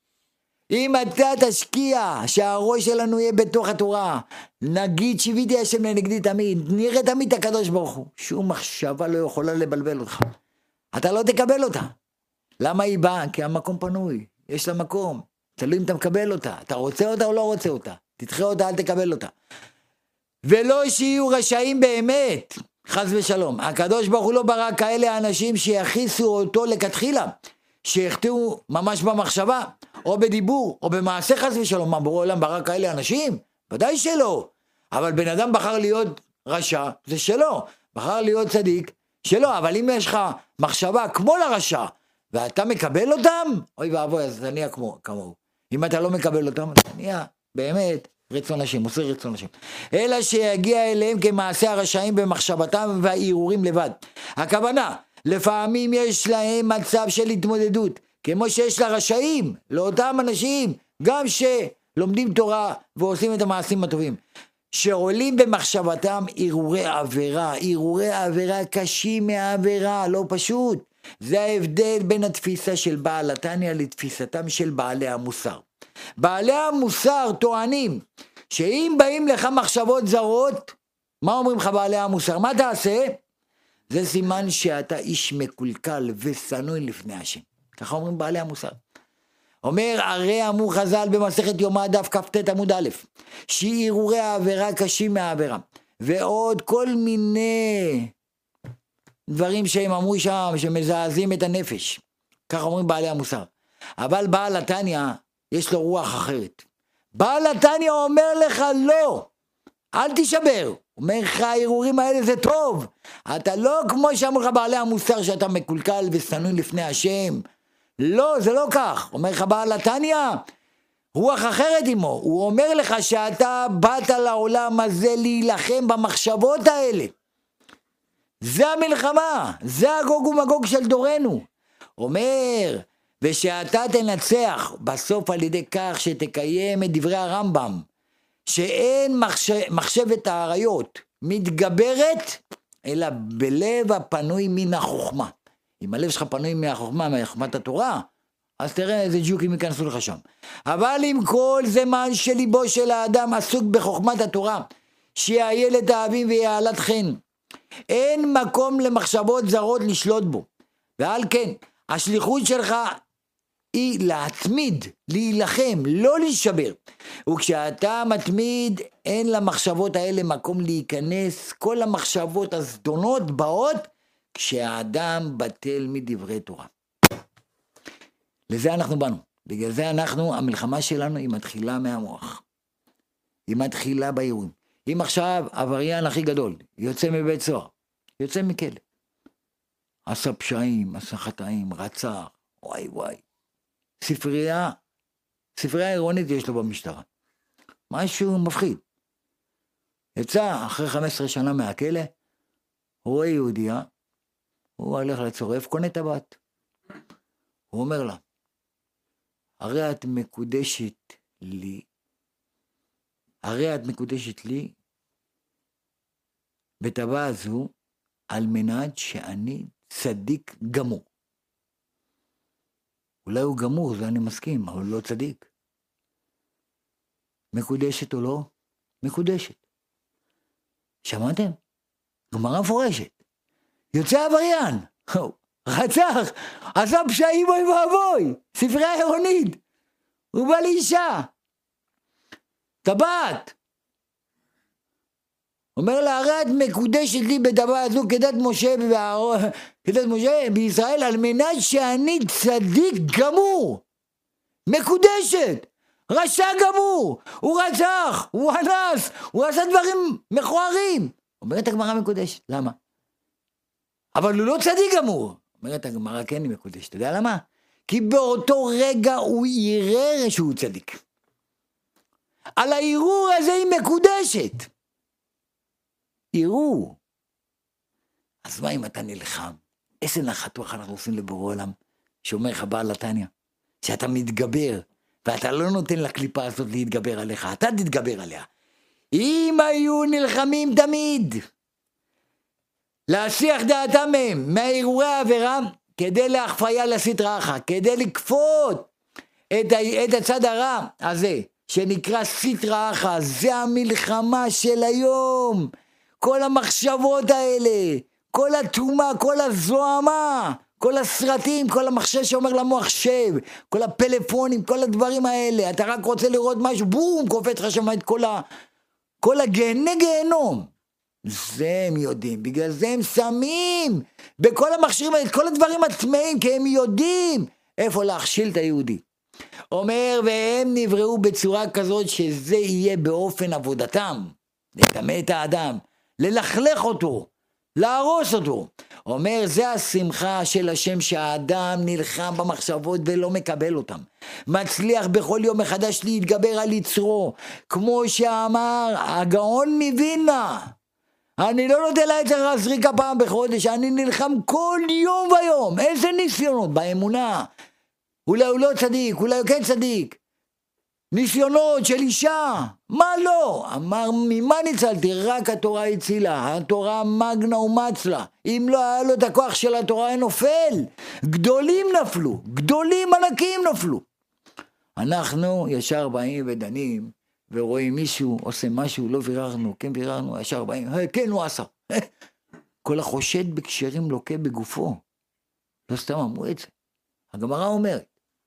אם אתה תשקיע שהראש שלנו יהיה בתוך התורה, נגיד שיוויתי השם לנגדי תמיד, נראה תמיד את הקדוש ברוך הוא, שום מחשבה לא יכולה לבלבל אותך. אתה לא תקבל אותה. למה היא באה? כי המקום פנוי, יש לה מקום. תלוי אם אתה מקבל אותה, אתה רוצה אותה או לא רוצה אותה. תדחה אותה, אל תקבל אותה. ולא שיהיו רשעים באמת, חס ושלום. הקדוש ברוך הוא לא ברא כאלה אנשים שיחיסו אותו לכתחילה, שיחתירו ממש במחשבה, או בדיבור, או במעשה, חס ושלום. מה, בורא עולם ברא כאלה אנשים? ודאי שלא. אבל בן אדם בחר להיות רשע, זה שלו. בחר להיות צדיק, שלא. אבל אם יש לך מחשבה כמו לרשע, ואתה מקבל אותם, אוי ואבוי, אז אתה נהיה כמוהו. אם אתה לא מקבל אותם, אתה נהיה באמת רצון השם, עושה רצון השם. אלא שיגיע אליהם כמעשה הרשעים במחשבתם והערעורים לבד. הכוונה, לפעמים יש להם מצב של התמודדות, כמו שיש לרשעים, לאותם אנשים, גם שלומדים תורה ועושים את המעשים הטובים, שעולים במחשבתם ערעורי עבירה קשים מהעבירה, לא פשוט. זה ההבדל בין התפיסה של בעל התניא לתפיסתם של בעלי המוסר. בעלי המוסר טוענים שאם באים לך מחשבות זרות, מה אומרים לך בעלי המוסר? מה תעשה? זה סימן שאתה איש מקולקל ושנוי לפני השם. ככה אומרים בעלי המוסר. אומר, הרי אמרו חז"ל במסכת יומא דף כ"ט עמוד א', שערעורי העבירה קשים מהעבירה, ועוד כל מיני דברים שהם אמרו שם, שמזעזעים את הנפש. ככה אומרים בעלי המוסר. אבל בעל התניא, יש לו רוח אחרת. בעל התניא אומר לך לא, אל תשבר. אומר לך, הערעורים האלה זה טוב. אתה לא כמו שאמרו לך בעלי המוסר, שאתה מקולקל ושנוי לפני השם. לא, זה לא כך. אומר לך בעל התניא, רוח אחרת עמו. הוא אומר לך שאתה באת לעולם הזה להילחם במחשבות האלה. זה המלחמה, זה הגוג ומגוג של דורנו. אומר, ושאתה תנצח בסוף על ידי כך שתקיים את דברי הרמב"ם, שאין מחשבת העריות מתגברת, אלא בלב הפנוי מן החוכמה. אם הלב שלך פנוי מהחוכמה, מחוכמת התורה, אז תראה איזה ג'וקים ייכנסו לך שם. אבל עם כל זמן שליבו של האדם עסוק בחוכמת התורה, שהילד האבים ויעלת חן, אין מקום למחשבות זרות לשלוט בו. ועל כן, השליחות שלך היא להתמיד, להילחם, לא להישבר. וכשאתה מתמיד, אין למחשבות האלה מקום להיכנס. כל המחשבות הזדונות באות כשהאדם בטל מדברי תורה. לזה אנחנו באנו. בגלל זה המלחמה שלנו היא מתחילה מהמוח. היא מתחילה באירועים. אם עכשיו עבריין הכי גדול יוצא מבית סוהר, יוצא מכלא, עשה פשעים, עשה חטאים, רצח, וואי. ספרייה עירונית יש לו במשטרה. משהו מפחיד. יצא אחרי 15 שנה מהכלא, הוא רואה יהודיה, הוא הולך לצורף, קונה טבעת. הוא אומר לה, הרי את מקודשת לי, בטבעה הזו, על מנת שאני צדיק גמור. אולי הוא גמור, זה אני מסכים, אבל הוא לא צדיק. מקודשת או לא? מקודשת. שמעתם? גמרא מפורשת. יוצא עבריין, רצח, עשה פשעים אוי ואבוי, ספרייה עירונית. הוא בא לאישה, טבעת. אומר לה, הרי את מקודשת לי בטבעת זו כדת משה בישראל, על מנת שאני צדיק גמור. מקודשת, רשע גמור, הוא רצח, הוא אנס, הוא עשה דברים מכוערים. אומרת הגמרא מקודשת, למה? אבל הוא לא צדיק גמור. אומרת הגמרא, כן, היא מקודשת. אתה יודע למה? כי באותו רגע הוא יראה שהוא צדיק. על הערעור הזה היא מקודשת. ערעור. אז מה אם אתה נלחם? איזה נחת רוח אנחנו עושים לבורא עולם, שאומר לך בעל התניא, שאתה מתגבר, ואתה לא נותן לקליפה הזאת להתגבר עליך, אתה תתגבר עליה. אם היו נלחמים תמיד, להשיח דעתם מהם, מהערעורי העבירה, כדי להחפיה לסטרא אחא, כדי לכפות את הצד הרע הזה, שנקרא סטרא אחא, זה המלחמה של היום. כל המחשבות האלה, כל התאומה, כל הזוהמה, כל הסרטים, כל המחשב שאומר למוח שב, כל הפלאפונים, כל הדברים האלה, אתה רק רוצה לראות משהו, בום, קופץ לך שם את כל הגיהנום. זה הם יודעים, בגלל זה הם שמים בכל המכשירים האלה, את כל הדברים הטמאים, כי הם יודעים איפה להכשיל את היהודי. אומר, והם נבראו בצורה כזאת שזה יהיה באופן עבודתם, לטמא את האדם, ללכלך אותו, להרוס אותו. אומר, זה השמחה של השם שהאדם נלחם במחשבות ולא מקבל אותם. מצליח בכל יום מחדש להתגבר על יצרו, כמו שאמר הגאון מווילנה. אני לא נותן לה את הזריקה פעם בחודש, אני נלחם כל יום ויום. איזה ניסיונות באמונה. אולי הוא לא צדיק, אולי הוא כן צדיק. ניסיונות של אישה, מה לא? אמר, ממה ניצלתי? רק התורה הצילה, התורה מגנה ומצלה. אם לא היה לו את הכוח של התורה, היה נופל. גדולים נפלו, גדולים ענקים נפלו. אנחנו ישר באים ודנים, ורואים מישהו עושה משהו, לא ביררנו, כן ביררנו, ישר באים, כן הוא עשה. כל החושד בקשרים לוקה בגופו. לא סתם אמרו את זה. הגמרא אומרת,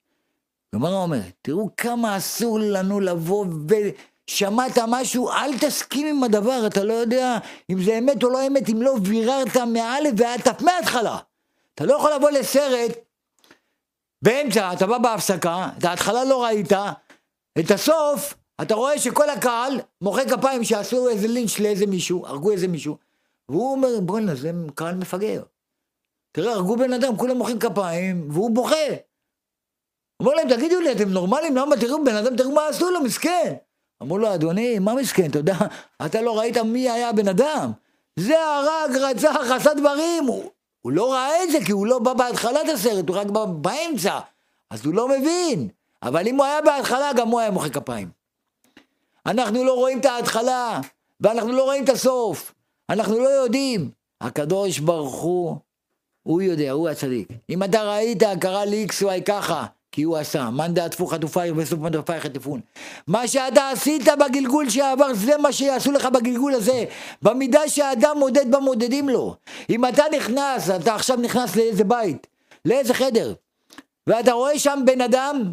תראו כמה אסור לנו לבוא ושמעת משהו, אל תסכים עם הדבר, אתה לא יודע אם זה אמת או לא אמת, אם לא ביררת מאלף ועד מההתחלה. אתה לא יכול לבוא לסרט, באמצע, אתה בא בהפסקה, את ההתחלה לא ראית, את הסוף, אתה רואה שכל הקהל מוחא כפיים שעשו איזה לינץ' לאיזה מישהו, הרגו איזה מישהו, והוא אומר, בוא'נה, זה קהל מפגר. תראה, הרגו בן אדם, כולם מוחאים כפיים, והוא בוכה. אמרו להם, תגידו לי, אתם נורמלים? למה תראו בן אדם, תראו מה עשו לו, מסכן. אמרו לו, אדוני, מה מסכן? אתה יודע, אתה לא ראית מי היה הבן אדם. זה הרג, רצח, עשה דברים. הוא לא ראה את זה, כי הוא לא בא בהתחלת הסרט, הוא רק בא באמצע. אז הוא לא מבין. אבל אם הוא היה בהתחלה, גם הוא היה מוחא כפיים. אנחנו לא רואים את ההתחלה, ואנחנו לא רואים את הסוף. אנחנו לא יודעים. הקדוש ברוך הוא יודע, הוא הצדיק. אם אתה ראית, קרא לי XY ככה, כי הוא עשה, מאן דעטפו חטופייך וסוף מאן דעטפייך חטפון. מה שאתה עשית בגלגול שעבר, זה מה שיעשו לך בגלגול הזה. במידה שהאדם מודד במודדים לו. אם אתה נכנס, אתה עכשיו נכנס לאיזה בית, לאיזה חדר, ואתה רואה שם בן אדם,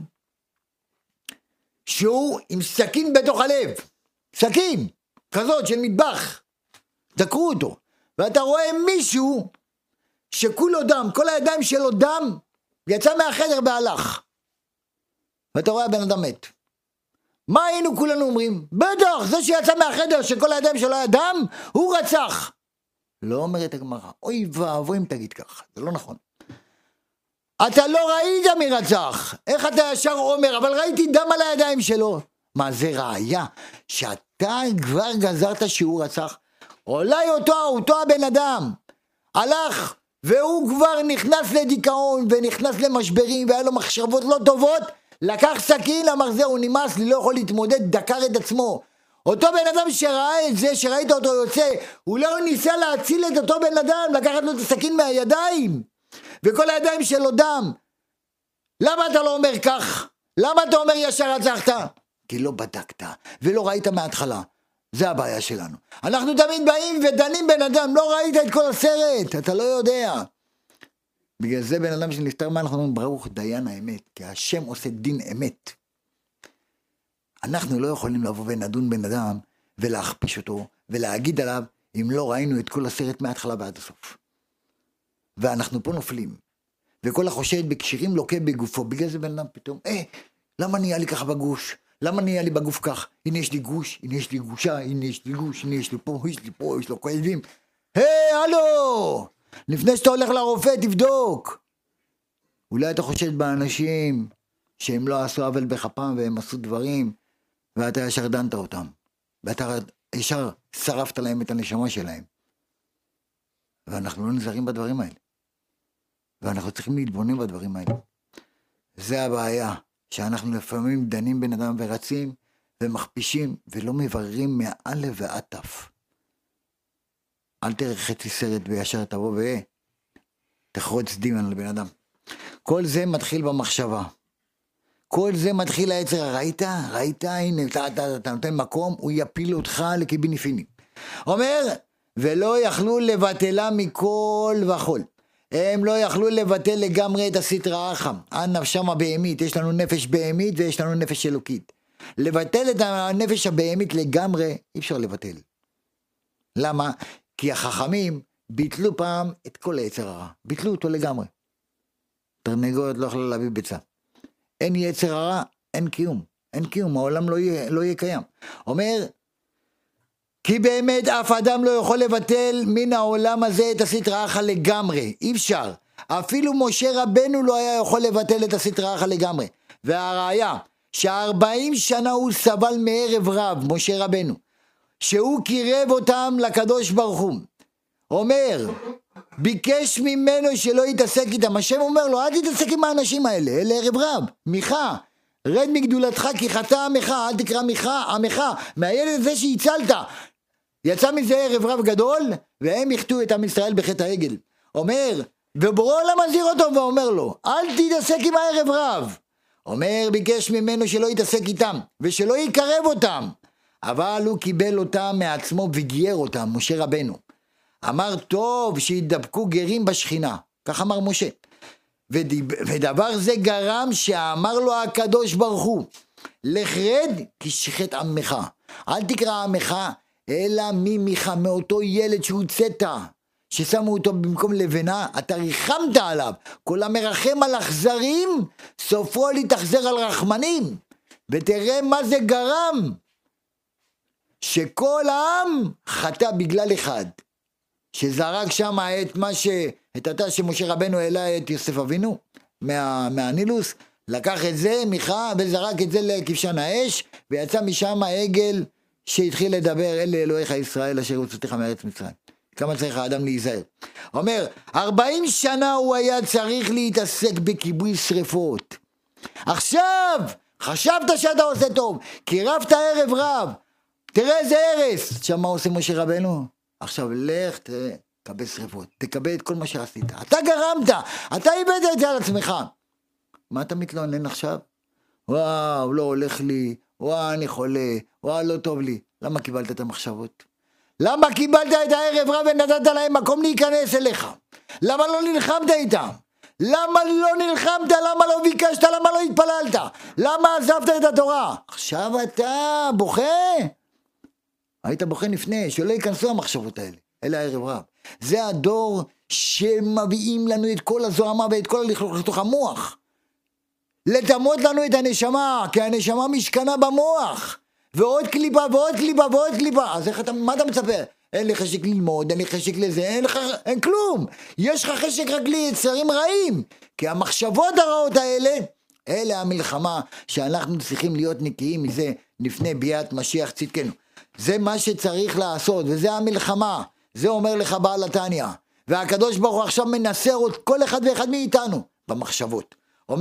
שהוא עם סכין בתוך הלב, סכין, כזאת של מטבח, דקרו אותו, ואתה רואה מישהו, שכולו דם, כל הידיים שלו דם, יצא מהחדר והלך. ואתה רואה הבן אדם מת. מה היינו כולנו אומרים? בטח, זה שיצא מהחדר שכל הידיים שלו היה דם, הוא רצח. לא אומרת הגמרא, אוי ואבוי אם תגיד כך, זה לא נכון. אתה לא ראית מי רצח, איך אתה ישר אומר, אבל ראיתי דם על הידיים שלו. מה זה ראיה? שאתה כבר גזרת שהוא רצח? אולי אותו הבן אדם, הלך, והוא כבר נכנס לדיכאון, ונכנס למשברים, והיה לו מחשבות לא טובות, לקח סכין, אמר זהו, נמאס לי, לא יכול להתמודד, דקר את עצמו. אותו בן אדם שראה את זה, שראית אותו יוצא, הוא לא ניסה להציל את אותו בן אדם, לקחת לו את הסכין מהידיים, וכל הידיים שלו דם. למה אתה לא אומר כך? למה אתה אומר ישר רצחת? כי לא בדקת, ולא ראית מההתחלה. זה הבעיה שלנו. אנחנו תמיד באים ודנים בן אדם, לא ראית את כל הסרט, אתה לא יודע. בגלל זה בן אדם שנפטר מה אנחנו אומרים, ברוך דיין האמת, כי השם עושה דין אמת. אנחנו לא יכולים לבוא ונדון בן אדם ולהכפיש אותו ולהגיד עליו אם לא ראינו את כל הסרט מההתחלה ועד הסוף. ואנחנו פה נופלים. וכל החושד בקשירים לוקה בגופו. בגלל זה בן אדם פתאום, למה נהיה לי ככה בגוש? למה נהיה לי בגוף כך? הנה יש לי גוש, הנה יש לי גושה, הנה יש לי גוש, הנה יש לי פה, יש לי פה, יש לו כואבים. הלו! לפני שאתה הולך לרופא, תבדוק. אולי אתה חושד באנשים שהם לא עשו עוול בכפם והם עשו דברים, ואתה ישר דנת אותם. ואתה ישר שרפת להם את הנשמה שלהם. ואנחנו לא נזהרים בדברים האלה. ואנחנו צריכים להתבונן בדברים האלה. זה הבעיה, שאנחנו לפעמים דנים בן אדם ורצים ומכפישים ולא מבררים מאלף ועד תף. אל תראה חצי סרט וישר תבוא ותחרוץ דמיון לבן אדם. כל זה מתחיל במחשבה. כל זה מתחיל היצר. ראית, הנה, אתה נותן מקום, הוא יפיל אותך לקיביניפינים. אומר, ולא יכלו לבטלה מכל וכל. הם לא יכלו לבטל לגמרי את הסטרא אחא. הנפשם הבהמית, יש לנו נפש בהמית ויש לנו נפש אלוקית. לבטל את הנפש הבהמית לגמרי, אי אפשר לבטל. למה? כי החכמים ביטלו פעם את כל היצר הרע. ביטלו אותו לגמרי. תרנגולת לא יכולה להביא ביצה. אין יצר הרע, אין קיום. אין קיום, העולם לא יהיה קיים. אומר, כי באמת אף אדם לא יכול לבטל מן העולם הזה את הסטרא אחא לגמרי. אי אפשר. אפילו משה רבנו לא היה יכול לבטל את הסטרא אחא לגמרי. והראיה, ש40 שנה הוא סבל מערב רב, משה רבנו. שהוא קירב אותם לקדוש ברוך הוא. אומר, ביקש ממנו שלא יתעסק איתם. השם אומר לו, אל תתעסק עם האנשים האלה, אלה ערב רב. מיכה, רד מגדולתך כי חטא עמך, אל תקרא מיכה, עמך, מהילד הזה שהצלת. יצא מזה ערב רב גדול, והם יחטאו את עם ישראל בחטא העגל. אומר, ובורא עולם מזהיר אותו ואומר לו, אל תתעסק עם הערב רב. אומר, ביקש ממנו שלא יתעסק איתם, ושלא יקרב אותם. אבל הוא קיבל אותם מעצמו וגייר אותם, משה רבנו. אמר טוב שידבקו גרים בשכינה, כך אמר משה. ודבר זה גרם שאמר לו הקדוש ברוך הוא, לך רד כי שחט עמך. אל תקרא עמך, אלא ממך, מאותו ילד שהוצאת, ששמו אותו במקום לבנה, אתה ריחמת עליו. כל המרחם על אכזרים, סופו להתאכזר על רחמנים. ותראה מה זה גרם. שכל העם חטא בגלל אחד. שזרק שם את התא שמשה רבנו העלה את יוסף אבינו, מהנילוס, לקח את זה, מיכה, וזרק את זה לכבשן האש, ויצא משם העגל שהתחיל לדבר, אלה אלוהיך ישראל אשר הוצאתיך מארץ מצרים. כמה צריך האדם להיזהר. אומר, 40 שנה הוא היה צריך להתעסק בכיבוי שריפות. עכשיו, חשבת שאתה עושה טוב, קירבת ערב רב, תראה איזה הרס. עכשיו מה עושה משה רבנו? עכשיו לך תקבל שריפות, תקבל את כל מה שעשית. אתה גרמת, אתה איבדת את זה על עצמך. מה אתה מתלונן עכשיו? וואו, לא הולך לי, וואו, אני חולה, וואו, לא טוב לי. למה קיבלת את המחשבות? למה קיבלת את הערב רב ונתת להם מקום להיכנס אליך? למה לא נלחמת איתם? למה לא נלחמת? למה לא ביקשת? למה לא התפללת? למה עזבת את התורה? עכשיו אתה בוכה? היית בוכה לפני, שלא ייכנסו המחשבות האלה. אלה הערב רב. זה הדור שמביאים לנו את כל הזוהמה ואת כל הלכלוך לתוך המוח. לדמות לנו את הנשמה, כי הנשמה משכנה במוח. ועוד קליפה ועוד קליפה ועוד קליפה. אז מה אתה מצפה? אין לי חשק ללמוד, אין לי חשק לזה, אין כלום. יש לך חשק רק ליצרים רעים. כי המחשבות הרעות האלה, אלה המלחמה שאנחנו צריכים להיות נקיים מזה לפני ביאת משיח צדקנו. זה מה שצריך לעשות, וזה המלחמה. זה אומר לך בעל התניא. והקדוש ברוך הוא עכשיו מנסר את כל אחד ואחד מאיתנו במחשבות.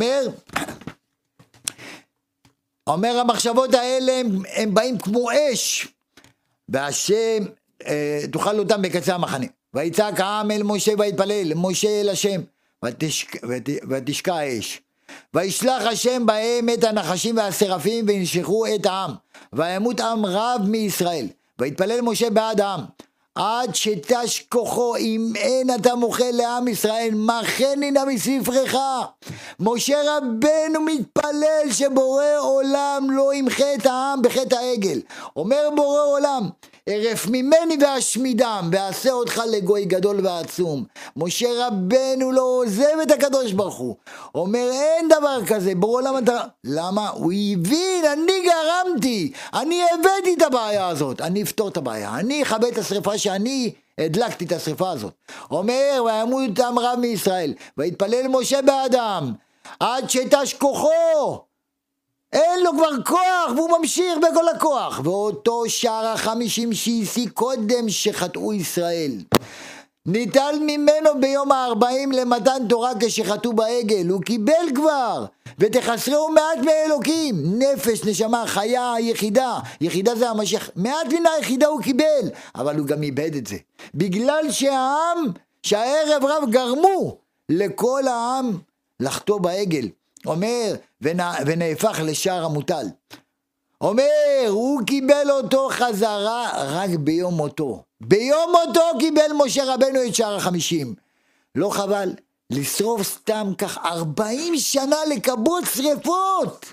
אומר המחשבות האלה הם באים כמו אש, והשם תאכל אותם בקצה המחנה. ויצעק העם אל משה ויתפלל, משה אל השם, ותשקע האש. וישלח השם בהם את הנחשים והשרפים וינשכו את העם, וימות עם רב מישראל. ויתפלל משה בעד העם. עד שתש כוחו, אם אין אתה מוחה לעם ישראל, מחני נא מספרך. משה רבנו מתפלל שבורא עולם לא ימחה את העם בחטא העגל. אומר בורא עולם, ערף ממני והשמידם, ועשה אותך לגוי גדול ועצום. משה רבנו לא עוזב את הקדוש ברוך הוא. אומר אין דבר כזה, בורא עולם אתה... למה? הוא הבין, אני גרמתי, אני הבאתי את הבעיה הזאת, אני אפתור את הבעיה, אני אכבה את השריפה שאני הדלקתי את השריפה הזאת. אומר, וימות עם רב מישראל, ויתפלל משה באדם, עד שתש כוחו, אין לו כבר כוח, והוא ממשיך בכל הכוח. ואותו שער 50 שהשיא קודם שחטאו ישראל, ניטל ממנו ביום 40 למתן תורה כשחטאו בעגל, הוא קיבל כבר, ותחסרו מעט מאלוקים, נפש, נשמה, חיה, יחידה, יחידה זה המשיח, מעט מן היחידה הוא קיבל, אבל הוא גם איבד את זה, בגלל שהערב רב גרמו לכל העם לחטוא בעגל. אומר, ונהפך לשער המוטל. אומר, הוא קיבל אותו חזרה רק ביום מותו. ביום מותו קיבל משה רבנו את שער 50. לא חבל לשרוף סתם כך 40 שנה לכבות שריפות.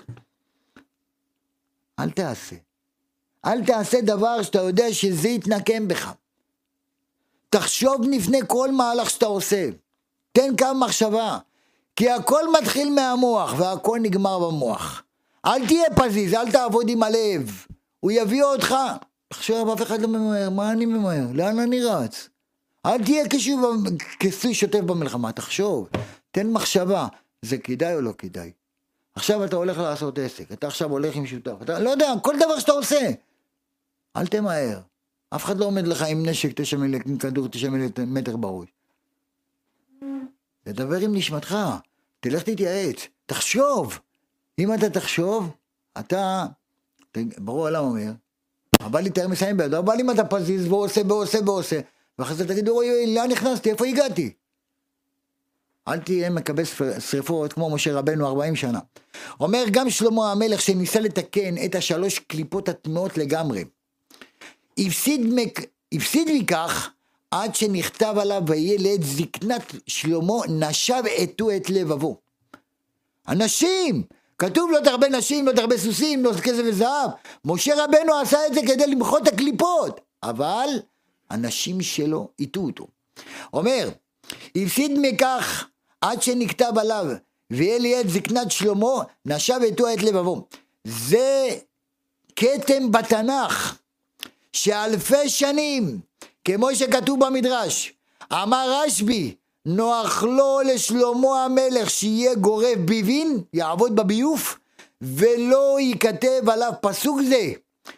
אל תעשה. אל תעשה דבר שאתה יודע שזה יתנקם בך. תחשוב לפני כל מהלך שאתה עושה. תן כמה מחשבה. כי הכל מתחיל מהמוח, והכל נגמר במוח. אל תהיה פזיז, אל תעבוד עם הלב. הוא יביא אותך. עכשיו אף אחד לא ממהר, מה אני ממהר? לאן אני רץ? אל תהיה כסוי שוטף במלחמה, תחשוב. תן מחשבה, זה כדאי או לא כדאי? עכשיו אתה הולך לעשות עסק, אתה עכשיו הולך עם שותף, אתה לא יודע, כל דבר שאתה עושה. אל תמהר. אף אחד לא עומד לך עם נשק 9 עם כדור 9 מטר בראש. תדבר עם נשמתך, תלך תתייעץ, תחשוב. אם אתה תחשוב, אתה, ברור עליו אומר, הבא לי תאר מסיים בידו, הבא לי אם אתה פזיז ועושה, ואחרי זה תגיד, אוי, לאן נכנסתי, איפה הגעתי? אל תהיה מקבל שריפות כמו משה רבנו 40 שנה. אומר גם שלמה המלך שניסה לתקן את 3 קליפות הטמאות לגמרי. הפסיד מכך, עד שנכתב עליו וילד זקנת שלמה נשב אתו את לבבו. אנשים, כתוב לא תרבה נשים, לא תרבה סוסים, לא כסף וזהב. משה רבנו עשה את זה כדי למחות את הקליפות, אבל אנשים שלו איתו אותו. אומר, הפסיד מכך עד שנכתב עליו וילד זקנת שלמה נשב אתו את לבבו. זה כתם בתנ"ך שאלפי שנים, כמו שכתוב במדרש, אמר רשב"י, נוח לו לשלמה המלך שיהיה גורף ביבין, יעבוד בביוף, ולא ייכתב עליו פסוק זה.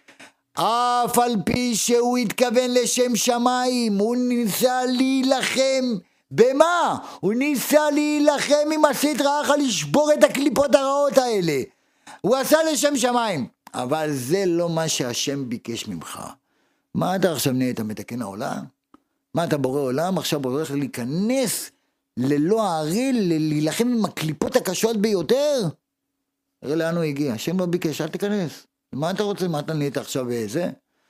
אף על פי שהוא התכוון לשם שמיים, הוא ניסה להילחם. במה? הוא ניסה להילחם עם הסטרא אחרא, לשבור את הקליפות הרעות האלה. הוא עשה לשם שמיים, אבל זה לא מה שהשם ביקש ממך. מה אתה עכשיו נהיית מתקן העולם? מה אתה בורא עולם? עכשיו הולך להיכנס ללא העריל, להילחם עם הקליפות הקשות ביותר? הרי לאן הוא הגיע? השם לא ביקש, אל תיכנס. מה אתה רוצה? מה אתה נהיית עכשיו באיזה?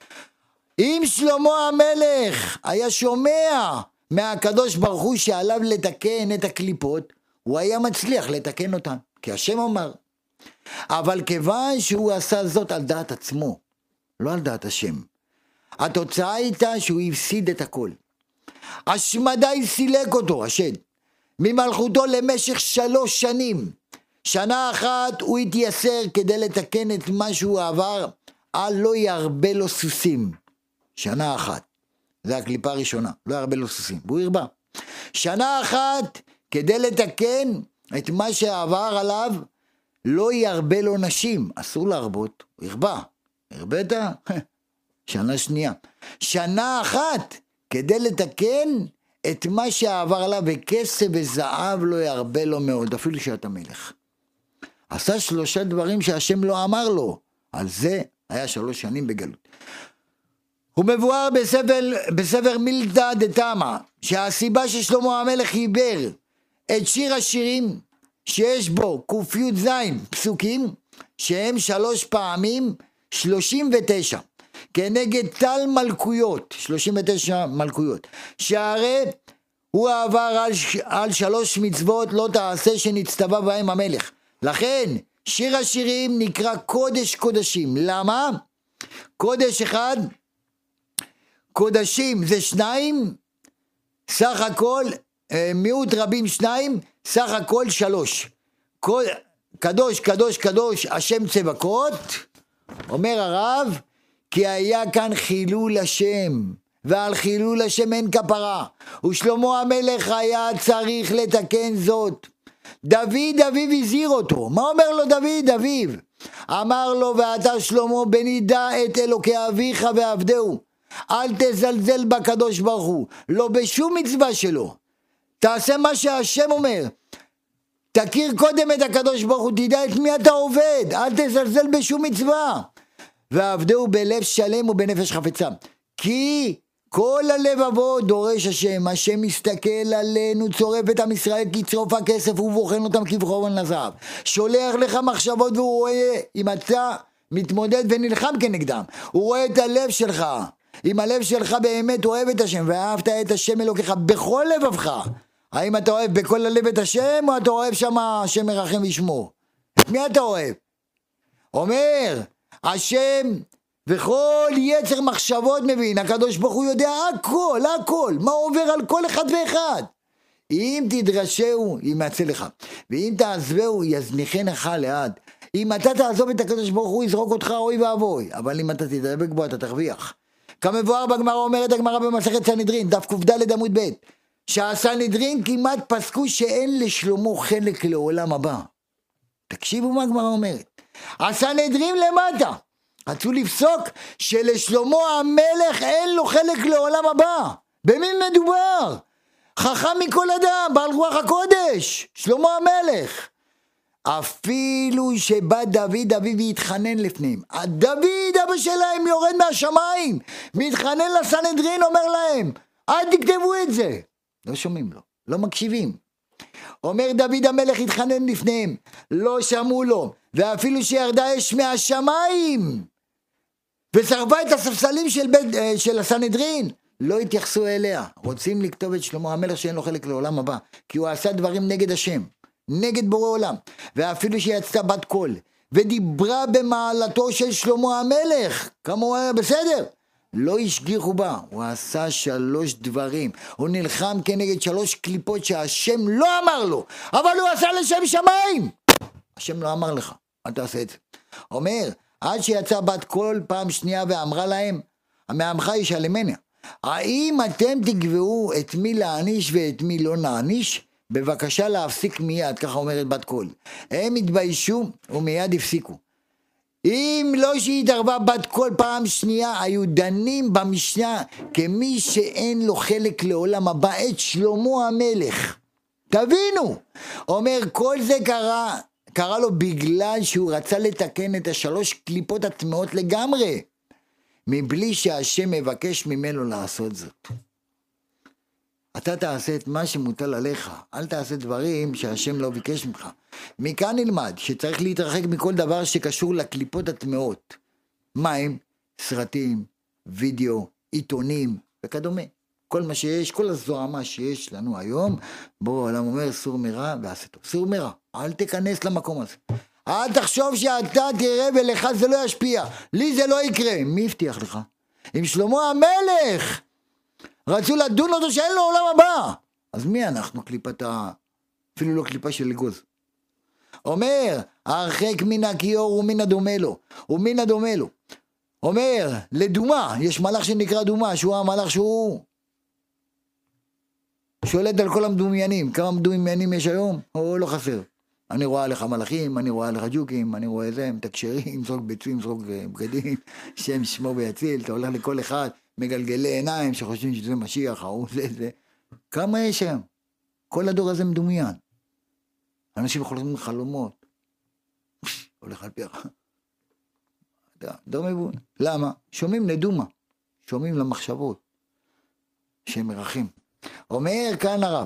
אם שלמה המלך היה שומע מהקדוש ברוך הוא שעליו לתקן את הקליפות, הוא היה מצליח לתקן אותן, כי השם אמר. אבל כיוון שהוא עשה זאת על דעת עצמו, לא על דעת השם, התוצאה הייתה שהוא הפסיד את הכל. השמדי סילק אותו, השד, ממלכותו למשך 3 שנים. שנה אחת הוא התייסר כדי לתקן את מה שהוא עבר, על לא ירבה לו סוסים. שנה אחת. זה הקליפה הראשונה, לא ירבה לו סוסים, והוא ירבה. שנה אחת כדי לתקן את מה שעבר עליו, לא ירבה לו נשים. אסור להרבות, הוא ירבה. הרבית? שנה שנייה. שנה אחת כדי לתקן את מה שעבר עליו, וכסף וזהב לא ירבה לו מאוד, אפילו שאתה מלך. עשה 3 דברים שהשם לא אמר לו. על זה היה 3 שנים בגלות. הוא מבואר בספר מילתא דתמא, שהסיבה ששלמה המלך חיבר את שיר השירים, שיש בו ק"ז פסוקים, שהם 3 פעמים 39. כנגד טל מלכויות, 39 מלכויות, שהרי הוא עבר על 3 מצוות לא תעשה שנצטווה בהם המלך. לכן שיר השירים נקרא קודש קודשים. למה? קודש אחד, קודשים זה 2, סך הכל, מיעוט רבים 2, סך הכל 3. קדוש קדוש קדוש השם צבקות, אומר הרב, כי היה כאן חילול השם, ועל חילול השם אין כפרה, ושלמה המלך היה צריך לתקן זאת. דוד אביו הזהיר אותו. מה אומר לו דוד אביו? אמר לו, ואתה שלמה בנידע את אלוקי אביך ועבדהו, אל תזלזל בקדוש ברוך הוא, לא בשום מצווה שלו, תעשה מה שהשם אומר, תכיר קודם את הקדוש ברוך הוא, תדע את מי אתה עובד, אל תזלזל בשום מצווה, ועבדהו בלב שלם ובנפש חפצה, כי כל הלבבות דורש השם. השם מסתכל עלינו, צורף את עם ישראל כצרוף הכסף ובוחן אותם כבחורן לזהב, שולח לך מחשבות והוא רואה אם אתה מתמודד ונלחם כנגדם, הוא רואה את הלב שלך, אם הלב שלך באמת אוהב את השם, ואהבת את השם אלוקיך בכל לבבך. האם אתה אוהב בכל הלב את השם, או אתה אוהב שם השם מרחם וישמור? את מי אתה אוהב? אומר השם, וכל יצר מחשבות מבין, הקדוש ברוך הוא יודע הכל, הכל, מה עובר על כל אחד ואחד. אם תדרשהו ימצא לך, ואם תעזבהו יזניחנך לאט. אם אתה תעזוב את הקדוש ברוך הוא יזרוק אותך אוי ואבוי, אבל אם אתה תדבק בו אתה תרוויח. כמבואר בגמרא, אומרת הגמרא במסכת סנהדרין, דף קד עמוד ב', שהסנהדרין כמעט פסקו שאין לשלמה חלק לעולם הבא. תקשיבו מה הגמרא אומרת. הסנהדרין למטה רצו לפסוק שלשלמה המלך אין לו חלק לעולם הבא. במי מדובר? חכם מכל אדם, בעל רוח הקודש, שלמה המלך. אפילו שבא דוד אביו והתחנן לפניהם, דוד אבא שלהם יורד מהשמיים, מתחנן לסנהדרין, אומר להם אל תכתבו את זה. לא שומעים לו, לא מקשיבים. אומר דוד המלך התחנן לפניהם, לא שמעו לו, ואפילו שירדה אש מהשמיים ושרפה את הספסלים של הסנהדרין, לא התייחסו אליה. רוצים לכתוב את שלמה המלך שאין לו חלק לעולם הבא, כי הוא עשה דברים נגד השם, נגד בורא עולם. ואפילו שיצאה בת קול ודיברה במעלתו של שלמה המלך, כמה הוא היה בסדר, לא השגיחו בה. הוא עשה 3 דברים, הוא נלחם כנגד 3 קליפות שהשם לא אמר לו, אבל הוא עשה לשם שמיים. השם לא אמר לך, אל תעשה את זה. אומר, עד שיצאה בת קול פעם שנייה ואמרה להם, מעמך ישלמנה, האם אתם תקבעו את מי להעניש ואת מי לא נעניש? בבקשה להפסיק מיד, ככה אומרת בת קול. הם התביישו ומיד הפסיקו. אם לא שהתערבה בת קול פעם שנייה, היו דנים במשנה כמי שאין לו חלק לעולם הבא, את שלמה המלך. תבינו, אומר כל זה קרה לו בגלל שהוא רצה לתקן את 3 קליפות הטמאות לגמרי, מבלי שהשם מבקש ממנו לעשות זאת. אתה תעשה את מה שמוטל עליך, אל תעשה דברים שהשם לא ביקש ממך. מכאן נלמד שצריך להתרחק מכל דבר שקשור לקליפות הטמאות. מים, סרטים, וידאו, עיתונים וכדומה. כל מה שיש, כל הזוהמה שיש לנו היום, בורא העולם אומר סור מרע ועשה טוב. סור מרע, אל תיכנס למקום הזה. אל תחשוב שאתה תראה ולך זה לא ישפיע. לי זה לא יקרה. מי הבטיח לך? אם שלמה המלך רצו לדון אותו שאין לו עולם הבא, אז מי אנחנו? אפילו לא קליפה של אגוז. אומר, הרחק מן הכיור ומן הדומה לו, ומן הדומה לו. אומר, לדומה, יש מלאך שנקרא דומה, שהוא המלאך שהוא שולט על כל המדומיינים. כמה מדומיינים יש היום? או לא חסר. אני רואה לך מלאכים, אני רואה לך ג'וקים, אני רואה זה, מתקשרים, זרוק ביצועים, זרוק בגדים, שם שמו ויציל, אתה הולך לכל אחד, מגלגלי עיניים שחושבים שזה משיח, או זה. כמה יש היום? כל הדור הזה מדומיין. אנשים חולמים חלומות. הולך על פיך. דור מבון. למה? שומעים לדומה. שומעים למחשבות. שהם מרחים. אומר כאן הרב,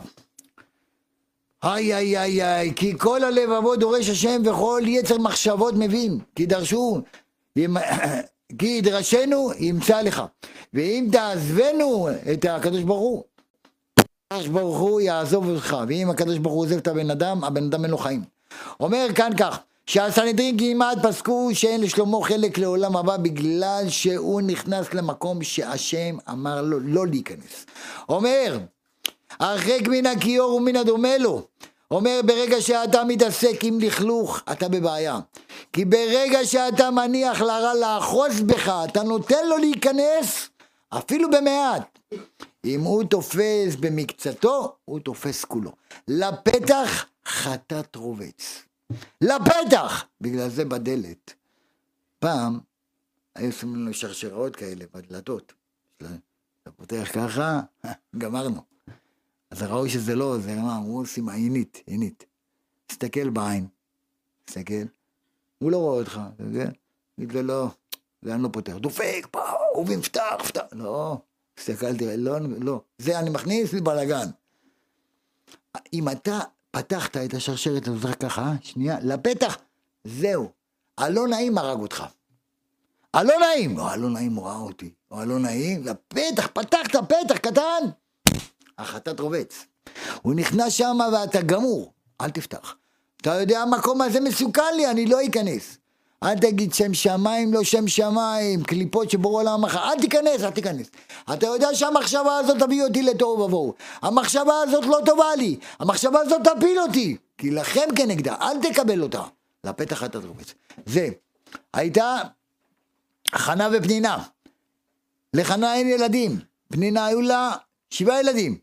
איי, כי כל הלבבות דורש השם וכל יצר מחשבות מבין, כי דרשו, כי ידרשנו ימצא לך, ואם תעזבנו את הקדוש ברוך הוא, הקדוש ברוך הוא יעזוב אותך, ואם הקדוש ברוך הוא עוזב את הבן אדם אין לו חיים. אומר כאן כך, שהסנהדרין כמעט פסקו שאין לשלמה חלק לעולם הבא, בגלל שהוא נכנס למקום שהשם אמר לו לא להיכנס. אומר, הרחק מן הכיור ומן הדומה לו. אומר, ברגע שאתה מתעסק עם לכלוך, אתה בבעיה. כי ברגע שאתה מניח לרע לאחוז בך, אתה נותן לו להיכנס, אפילו במעט. אם הוא תופס במקצתו, הוא תופס כולו. לפתח חטאת רובץ. לפתח! בגלל זה בדלת. פעם, היו שמים לנו שרשראות כאלה בדלתות. אתה פותח ככה, גמרנו. אז ראוי שזה לא, זה מה, הוא עושים עינית, עינית. תסתכל בעין, תסתכל. הוא לא רואה אותך, תגיד לו לא, זה אני לא פותח. דופק, הוא ומפתח, פתח. לא, תסתכלתי, לא. זה אני מכניס לי בלגן. אם אתה פתחת את השרשרת הזאת רק ככה, שנייה, לפתח, זהו. הלא נעים הרג אותך. הלא נעים, או הלא נעים הוא ראה אותי, או הלא נעים, לפתח, פתחת פתח קטן. החטאת רובץ. הוא נכנס שם ואתה גמור, אל תפתח. אתה יודע, המקום הזה מסוכן לי, אני לא אכנס. אל תגיד שם שמיים, לא שם שמיים, קליפות שבורא עולם אחר, אל תיכנס, אל תיכנס. אתה יודע שהמחשבה הזאת תביא אותי לתוהו ובוהו. המחשבה הזאת לא טובה לי, המחשבה הזאת תפיל אותי. כי לכם כנגדה, אל תקבל אותה. לפתח חטאת רובץ. זה, הייתה חנה ופנינה. לחנה אין ילדים, פנינה היו לה 7 ילדים.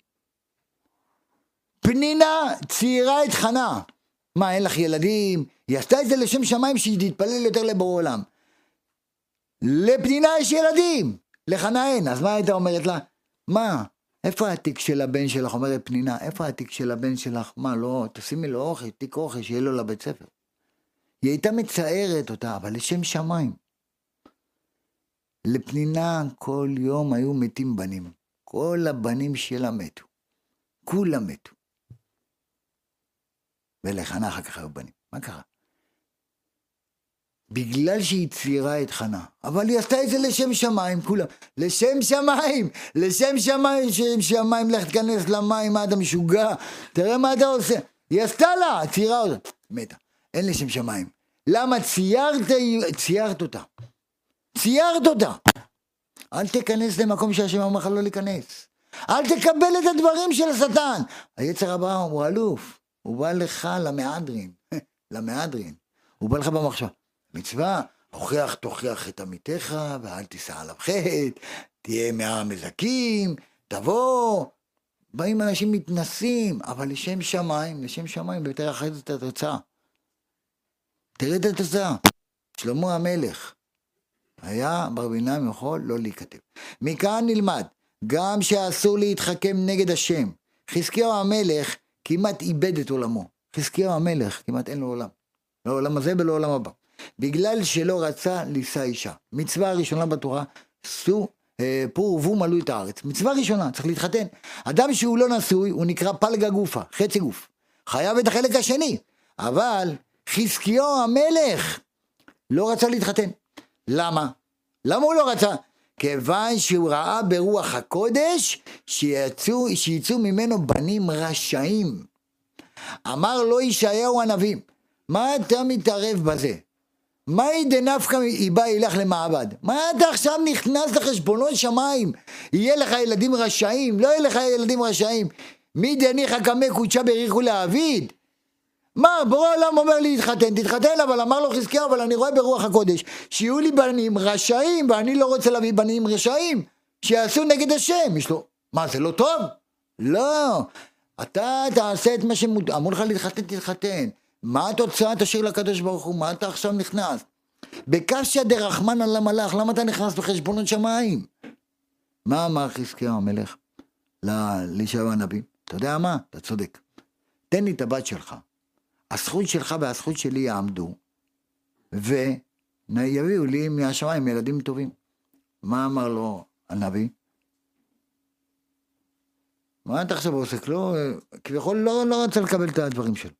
פנינה ציירה את חנה. מה, אין לך ילדים? היא עשתה את זה לשם שמיים שהיא תתפלל יותר לבורא עולם. לפנינה יש ילדים, לחנה אין. אז מה הייתה אומרת לה? מה? איפה התיק של הבן שלך? אומרת פנינה, איפה התיק של הבן שלך? מה, לא, תשימי לו אוכל, תיק אוכל, שיהיה לו לבית ספר. היא הייתה מצערת אותה, אבל לשם שמיים. לפנינה כל יום היו מתים בנים. כל הבנים שלה מתו. כולם מתו. ולחנה אחר כך היו בנים. מה קרה? בגלל שהיא ציירה את חנה. אבל היא עשתה את זה לשם שמיים, כולם. לשם שמיים! לשם שמיים, לשם שמיים, לך תכנס למים, מה אתה משוגע? תראה מה אתה עושה. היא עשתה לה, ציירה אותה. מתה. אין לשם שמיים. למה ציירת אותה? ציירת אותה. אל תיכנס למקום שהשם אמר לך לא להיכנס. אל תקבל את הדברים של השטן. היצר הבא הוא אלוף. הוא בא לך למהדרין. למהדרין. הוא בא לך במחשבה. מצווה, תוכיח את עמיתך, ואל תישא עליו חטא, תהיה מהמזכים, תבוא. באים אנשים מתנסים, אבל לשם שמיים, ותראה אחרי זה את התוצאה. תראה את התוצאה. שלמה המלך. היה ברבינם יכול לא להיכתב. מכאן נלמד, גם שאסור להתחכם נגד השם. חזקיהו המלך כמעט איבד את עולמו. חזקיהו המלך כמעט אין לו עולם. לא עולם הזה ולא עולם הבא. בגלל שלא רצה לישא אישה. מצווה הראשונה בתורה, פור ורבו מלאו את הארץ. מצווה ראשונה, צריך להתחתן. אדם שהוא לא נשוי, הוא נקרא פלגה גופה, חצי גוף. חייב את החלק השני. אבל חזקיהו המלך לא רצה להתחתן. למה? למה הוא לא רצה? כיוון שהוא ראה ברוח הקודש שיצאו ממנו בנים רשעים. אמר לו ישעיהו הנביא, מה אתה מתערב בזה? מה דנפקא איבא ילך למעבד? מה אתה עכשיו נכנס לחשבונות שמיים? יהיה לך ילדים רשעים? לא יהיה לך ילדים רשעים. מי דניחא קמא קודשא בריחו לעביד? מה, בורא עולם אומר לי תתחתן, אבל אמר לו חזקיהו, אבל אני רואה ברוח הקודש, שיהיו לי בנים רשעים, ואני לא רוצה להביא בנים רשעים, שיעשו נגד השם. יש לו, מה, זה לא טוב? לא, אתה תעשה את מה שאמרו לך להתחתן, תתחתן. מה התוצאה? תשאיר לקדוש ברוך הוא, מה אתה עכשיו נכנס? בקשיא דרחמנא על המלאך, למה אתה נכנס בחשבונות שמיים? מה אמר חזקיהו המלך לישעיהו הנביא? אתה יודע מה? אתה צודק. תן לי את הבת שלך. הזכות שלך והזכות שלי יעמדו, ויביאו לי מהשמיים ילדים טובים. מה אמר לו הנביא? מה אתה עכשיו עושה? לא, כביכול לא רצה לקבל את הדברים שלו.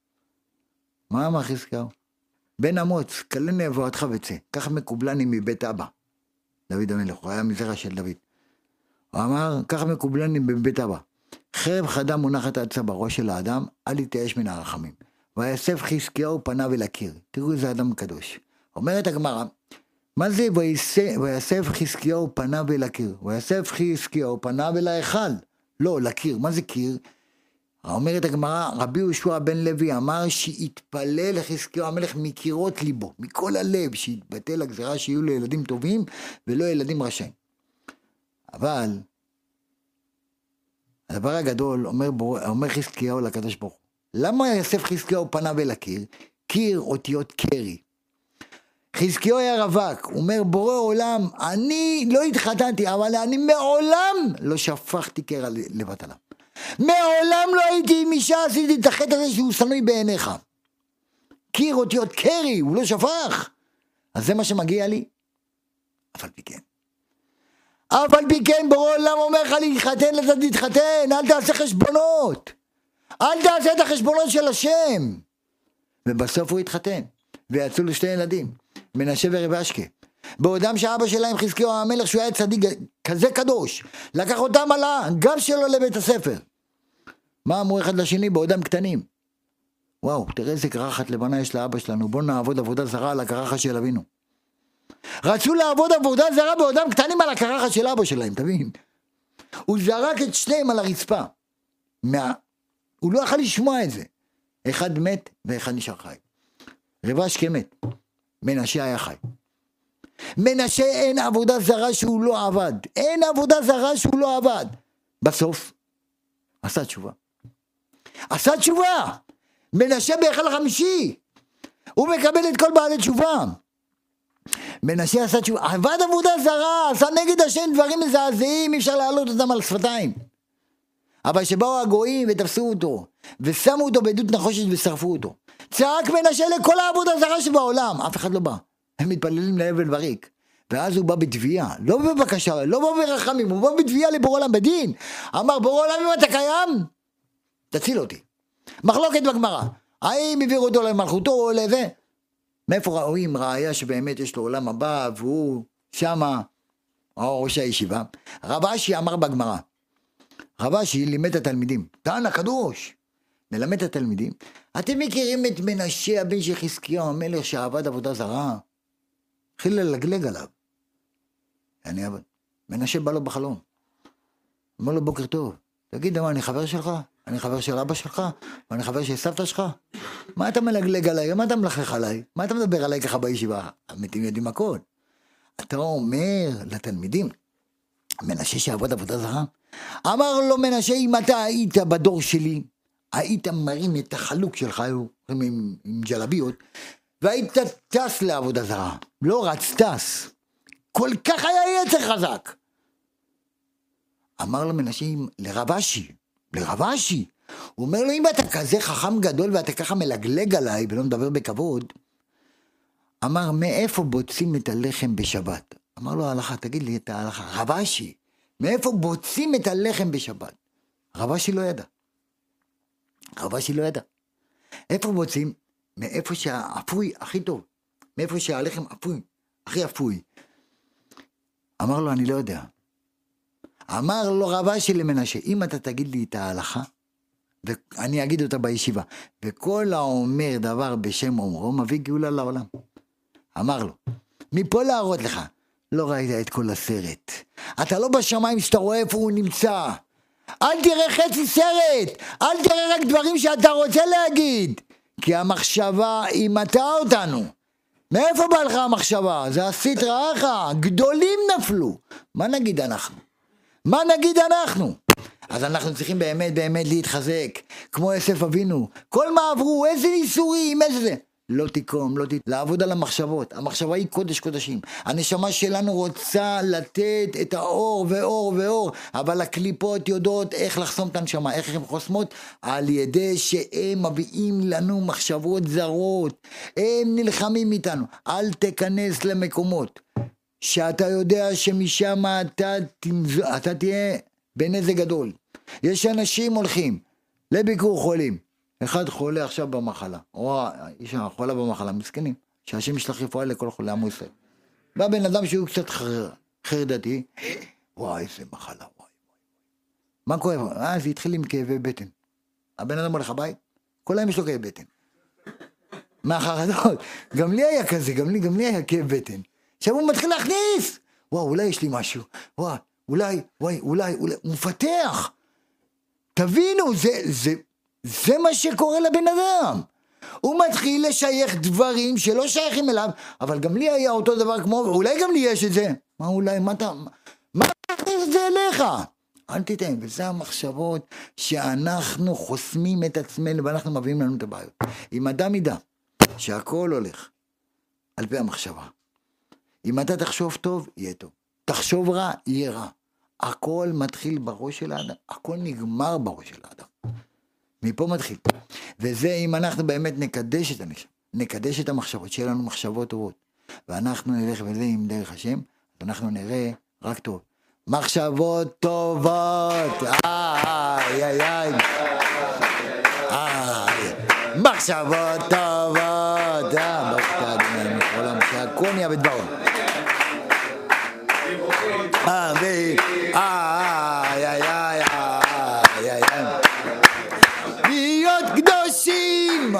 מה אמר חזקיהו? בן אמוץ, כלה נבואתך וצא, כך מקובלני מבית אבא. דוד המלך, הוא היה מזרע של דוד. הוא אמר, ככה מקובלני בבית אבא, חרב חדה מונחת על צווארו של האדם, אל יתייאש מן הרחמים. ויסב חזקיהו פניו אל הקיר. תראו איזה אדם קדוש. אומרת הגמרא, מה זה ויסב חזקיהו פניו אל הקיר? ויסב חזקיהו פניו אל ההיכל. לא, לקיר. מה זה קיר? אומרת הגמרא, רבי יהושע בן לוי אמר שהתפלל לחזקיהו המלך מקירות ליבו, מכל הלב, שהתבטל הגזרה שיהיו לו ילדים טובים ולא ילדים רשעים. אבל הדבר הגדול, אומר חזקיהו לקדוש ברוך הוא, למה יסב חזקיהו פניו אל הקיר? קיר אותיות קרי. חזקיהו היה רווק, הוא אומר בורא עולם, אני לא התחתנתי, אבל אני מעולם לא שפכתי קרע לבטלה. מעולם לא הייתי עם אישה, עשיתי את החטא הזה שהוא שנוי בעיניך. קיר אותיות קרי, הוא לא שפך. אז זה מה שמגיע לי. אבל בכן בורא עולם אומר לך להתחתן, אתה תתחתן, אל תעשה חשבונות. אל תעשה את החשבונות של השם. ובסוף הוא התחתן, ויצאו לו 2 ילדים, מנשה ורבשקה. בעודם שאבא שלהם חזקיהו המלך, שהוא היה צדיק כזה קדוש, לקח אותם על הגב שלו לבית הספר. מה אמרו אחד לשני בעודם קטנים? וואו, תראה איזה קרחת לבנה יש לאבא שלנו, בוא נעבוד עבודה זרה על הקרחת של אבינו. רצו לעבוד עבודה זרה בעודם קטנים על הקרחת של אבא שלהם, תבין? הוא זרק את שניהם על הרצפה. הוא לא יכול לשמוע את זה. אחד מת ואחד נשאר חי. רבשקה מת, מנשה היה חי. מנשה אין עבודה זרה שהוא לא עבד. אין עבודה זרה שהוא לא עבד. בסוף, עשה תשובה. עשה תשובה. מנשה בהיכל החמישי. הוא מקבל את כל בעלי תשובה. מנשה עשה תשובה. עבד עבודה זרה. עשה נגד השם דברים מזעזעים. אי אפשר להעלות אותם על שפתיים. אבל שבאו הגויים ותפסו אותו. ושמו אותו בעדות נחושת ושרפו אותו. צעק מנשה לכל העבודה זרה שבעולם. אף אחד לא בא. הם מתפללים להבל וריק. ואז הוא בא בתביעה, לא בבקשה, לא בא ברחמים, הוא בא בתביעה לבורא עולם בדין. אמר בורא עולם, אם אתה קיים, תציל אותי. מחלוקת בגמרא, האם העבירו אותו למלכותו או לזה? מאיפה רואים ראיה שבאמת יש לו עולם הבא, והוא שמה, או ראש הישיבה? רב אשי אמר בגמרא, רב אשי לימד את התלמידים, תנא קדוש, מלמד את התלמידים. אתם מכירים את מנשה הבן של חזקיהו המלך שעבד עבודה זרה? התחיל ללגלג עליו. אני עבד. מנשה בא לו בחלום. אמר לו בוקר טוב. תגיד, מה, אני חבר שלך? אני חבר של אבא שלך? ואני חבר של סבתא שלך? מה אתה מלגלג עליי? מה אתה מלחך עליי? מה אתה מדבר עליי ככה בישיבה? המתים יודעים הכל. אתה אומר לתלמידים, מנשה שעבד עבודה זרה? אמר לו מנשה, אם אתה היית בדור שלי, היית מרים את החלוק שלך, עם ג'לביות, והיית טס לעבודה זרה. לא רץ, טס. כל כך היה יצר חזק. אמר לו מנשה לרב אשי. הוא אומר לו, אם אתה כזה חכם גדול ואתה ככה מלגלג עליי ולא מדבר בכבוד, אמר, מאיפה בוצעים את הלחם בשבת? אמר לו ההלכה, תגיד לי את ההלכה. רב אשי, מאיפה בוצעים את הלחם בשבת? רב אשי לא ידע. איפה בוצעים? מאיפה שהאפוי הכי טוב. מאיפה שהלחם אפוי, הכי אפוי. אמר לו, אני לא יודע. אמר לו רב אשי למנשה, אם אתה תגיד לי את ההלכה, ואני אגיד אותה בישיבה, וכל האומר דבר בשם אומרו, מביא גאולה לעולם. אמר לו, מפה להראות לך, לא ראית את כל הסרט. אתה לא בשמיים שאתה רואה איפה הוא נמצא. אל תראה חצי סרט, אל תראה רק דברים שאתה רוצה להגיד, כי המחשבה היא מטעה אותנו. מאיפה בא לך המחשבה? זה הסטרא אחרא, גדולים נפלו. מה נגיד אנחנו? אז אנחנו צריכים באמת להתחזק, כמו יוסף אבינו. כל מה עברו, איזה ניסויים, איזה זה. לא תקום, לעבוד על המחשבות. המחשבה היא קודש קודשים. הנשמה שלנו רוצה לתת את האור ואור, אבל הקליפות יודעות איך לחסום את הנשמה, איך הן חוסמות? על ידי שהם מביאים לנו מחשבות זרות. הם נלחמים איתנו. אל תכנס למקומות שאתה יודע שמשם אתה תהיה בנזק גדול. יש אנשים הולכים לביקור חולים. אחד חולה עכשיו במחלה, או אישה חולה במחלה, מסכנים, שהשם ישלח רפואה לכל חולי עמו ישראל. בא בן אדם שהוא קצת חרדתי, וואי, איזה מחלה, וואי. מה כואב? זה התחיל עם כאבי בטן. הבן אדם הולך הבית, כל היום יש לו כאב בטן. מהחרדות, גם לי היה כזה, גם לי היה כאב בטן. עכשיו הוא מתחיל להכניס, וואו, אולי יש לי משהו, וואו, אולי, הוא מפתח. תבינו, זה מה שקורה לבן אדם. הוא מתחיל לשייך דברים שלא שייכים אליו, אבל גם לי היה אותו דבר כמו, אולי גם לי יש את זה. מה אולי, מה זה אליך? אל תיתן, וזה המחשבות שאנחנו חוסמים את עצמנו ואנחנו מביאים לנו את הבעיות. אם אדם ידע שהכל הולך על פי המחשבה, אם אתה תחשוב טוב, יהיה טוב. תחשוב רע, יהיה רע. הכל מתחיל בראש של האדם, הכל נגמר בראש של האדם. מפה מתחיל. וזה אם אנחנו באמת נקדש את הנשמה, נקדש את המחשבות, שיהיה לנו מחשבות טובות, ואנחנו נלך וזה עם דרך השם, אנחנו נראה רק טוב. מחשבות טובות, מחשבות טובות, שהכל נהיה בדברו. להיות קדושים,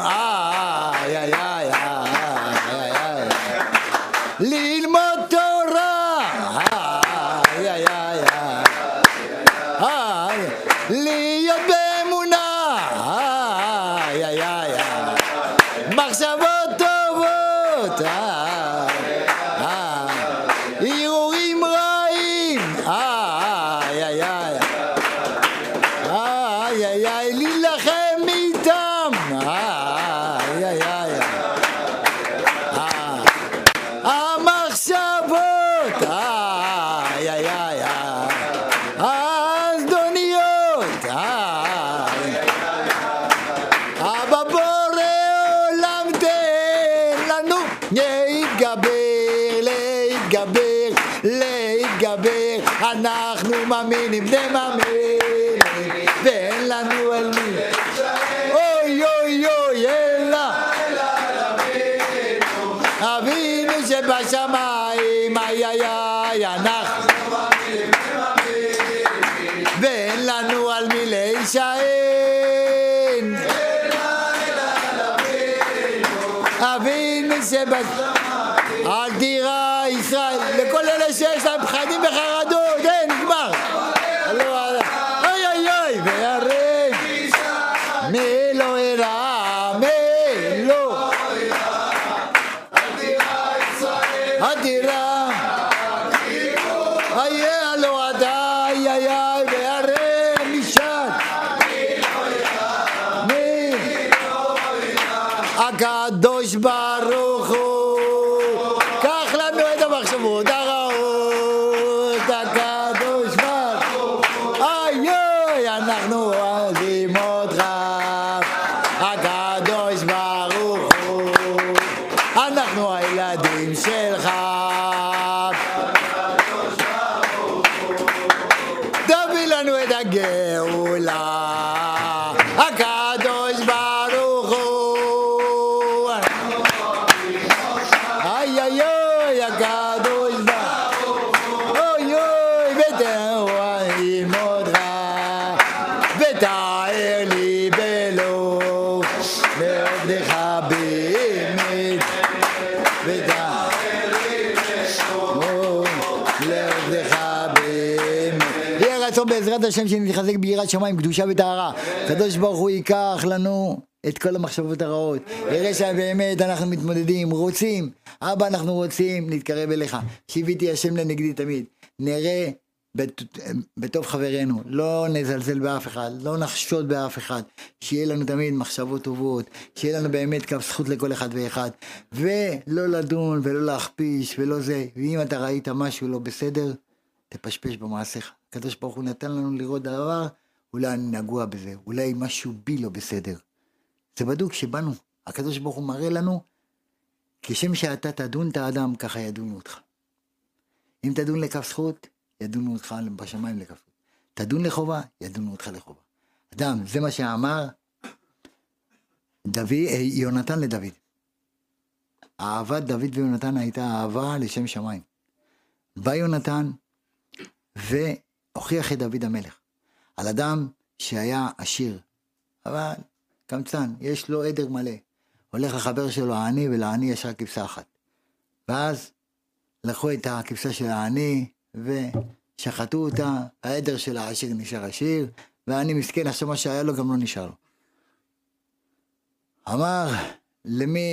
ללמוד תורה, להיות באמונה, מחשבות טובות, הרהורים רעים, להילחם איתם, המחשבות, הזדוניות, בבורא עולם תן לנו להתגבר, אנחנו מאמינים, ואין לנו אל מי, אוי, אלא אבינו שבשמיים, אנחנו ואין לנו על מי להישען, אבינו שבשמיים, אל תירא ישראל, לכל אלה שיש להם פחדים וחרדות, נגמר. אוי, והרי מי לא הראה, אל תירא, היה לו עדיי, והרי משל, הקדוש ברוך הוא, קח לנו את המחשבות הרעות, הקדוש ברוך הוא, אנחנו אוהבים אותך, הקדוש ברוך הוא, אנחנו הילדים שלך, תביא לנו את הגאולה, הקדוש ברוך הוא, הקדוש ברוך הוא, ותאו אוהבים אותך, ותאר לי בלב, לעבדך באמת, ותאר לי לעבדך באמת. יהיה רצון בעזרת השם שנתחזק ביראת שמיים, קדושה וטהרה. הקדוש ברוך הוא ייקח לנו את כל המחשבות הרעות, יראה שבאמת אנחנו מתמודדים, רוצים, אבא אנחנו רוצים להתקרב אליך, שיביתי השם לנגדי תמיד, נראה בטוב חברנו, לא נזלזל באף אחד, לא נחשוד באף אחד, שיהיה לנו תמיד מחשבות טובות, שיהיה לנו באמת קו זכות לכל אחד ואחד, ולא לדון ולא להכפיש ולא זה, ואם אתה ראית משהו לא בסדר, תפשפש במעשיך. הקדוש ברוך הוא נתן לנו לראות דבר, אולי אני נגוע בזה, אולי משהו בי לא בסדר. זה בדוק שבנו, הקדוש ברוך הוא מראה לנו, כשם שאתה תדון את האדם, ככה ידונו אותך. אם תדון לכף זכות, ידונו אותך בשמיים לכף זכות. תדון לחובה, ידונו אותך לחובה. אדם, זה מה שאמר יונתן לדוד. אהבת דוד ויונתן הייתה אהבה לשם שמיים. בא יונתן והוכיח את דוד המלך. על אדם שהיה עשיר, אבל קמצן, יש לו עדר מלא. הולך לחבר שלו העני, ולעני יש רק כבשה אחת. ואז לקחו את הכבשה של העני ושחטו אותה, העדר של העשיר נשאר עשיר, והעני מסכן, עכשיו מה שהיה לו גם לא נשאר לו. אמר, למי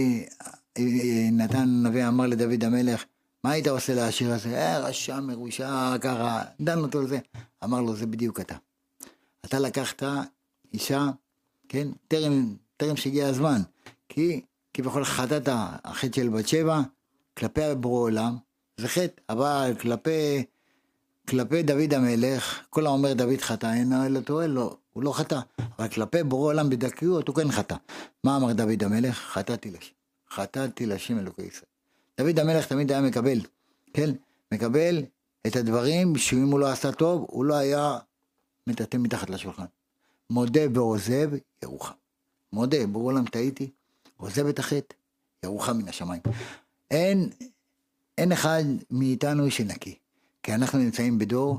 נתן נביא אמר לדוד המלך, מה היית עושה לעשיר הזה? רשע, מרושע, ככה, דן אותו לזה. אמר לו, זה בדיוק אתה. אתה לקחת אישה, כן, טרם שהגיע הזמן, כי כביכול חטאת החטא של בת שבע, כלפי בורא עולם, זה חטא, אבל כלפי דוד המלך, כל האומר דוד חטא, אין אלא טועה, לא, הוא לא חטא, אבל כלפי בורא עולם בדקיות, הוא כן חטא. מה אמר דוד המלך? חטאתי להשם אלוקי ישראל. דוד המלך תמיד היה מקבל, כן, מקבל את הדברים, שאם הוא לא עשה טוב, הוא לא היה מטאטא מתחת לשולחן. מודה ועוזב ירוחם. מודה, בורא עולם טעיתי, עוזב את החטא, ירוחם מן השמיים. אין אחד מאיתנו שנקי, כי אנחנו נמצאים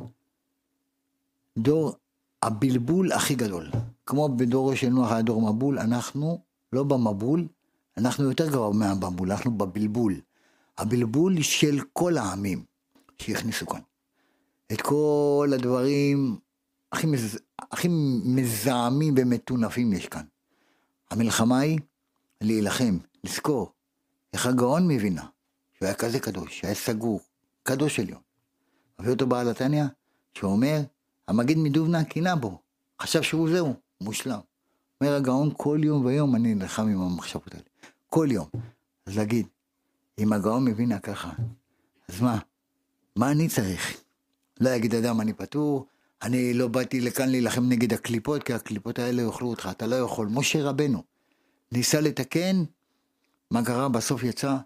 דור הבלבול הכי גדול. כמו בדור של נוח היה דור מבול, אנחנו לא במבול, אנחנו יותר גרוע מהבלבול, אנחנו בבלבול. הבלבול של כל העמים שהכניסו כאן. את כל הדברים הכי מזעמים ומטונפים יש כאן. המלחמה היא להילחם, לזכור, איך הגאון מבינה, שהוא היה כזה קדוש, שהיה סגור, קדוש עליון. הביא אותו בעל התניא, שאומר, המגיד מדובנה קינה בו, חשב שהוא זהו, מושלם. אומר הגאון, כל יום ויום אני נלחם עם המחשבות האלה. כל יום. אז להגיד, אם הגאון מבינה ככה, אז מה אני צריך? לא יגיד אדם, אני פטור, אני לא באתי לכאן להילחם נגד הקליפות, כי הקליפות האלה יאכלו אותך, אתה לא יכול. משה רבנו ניסה לתקן, מה קרה? בסוף יצא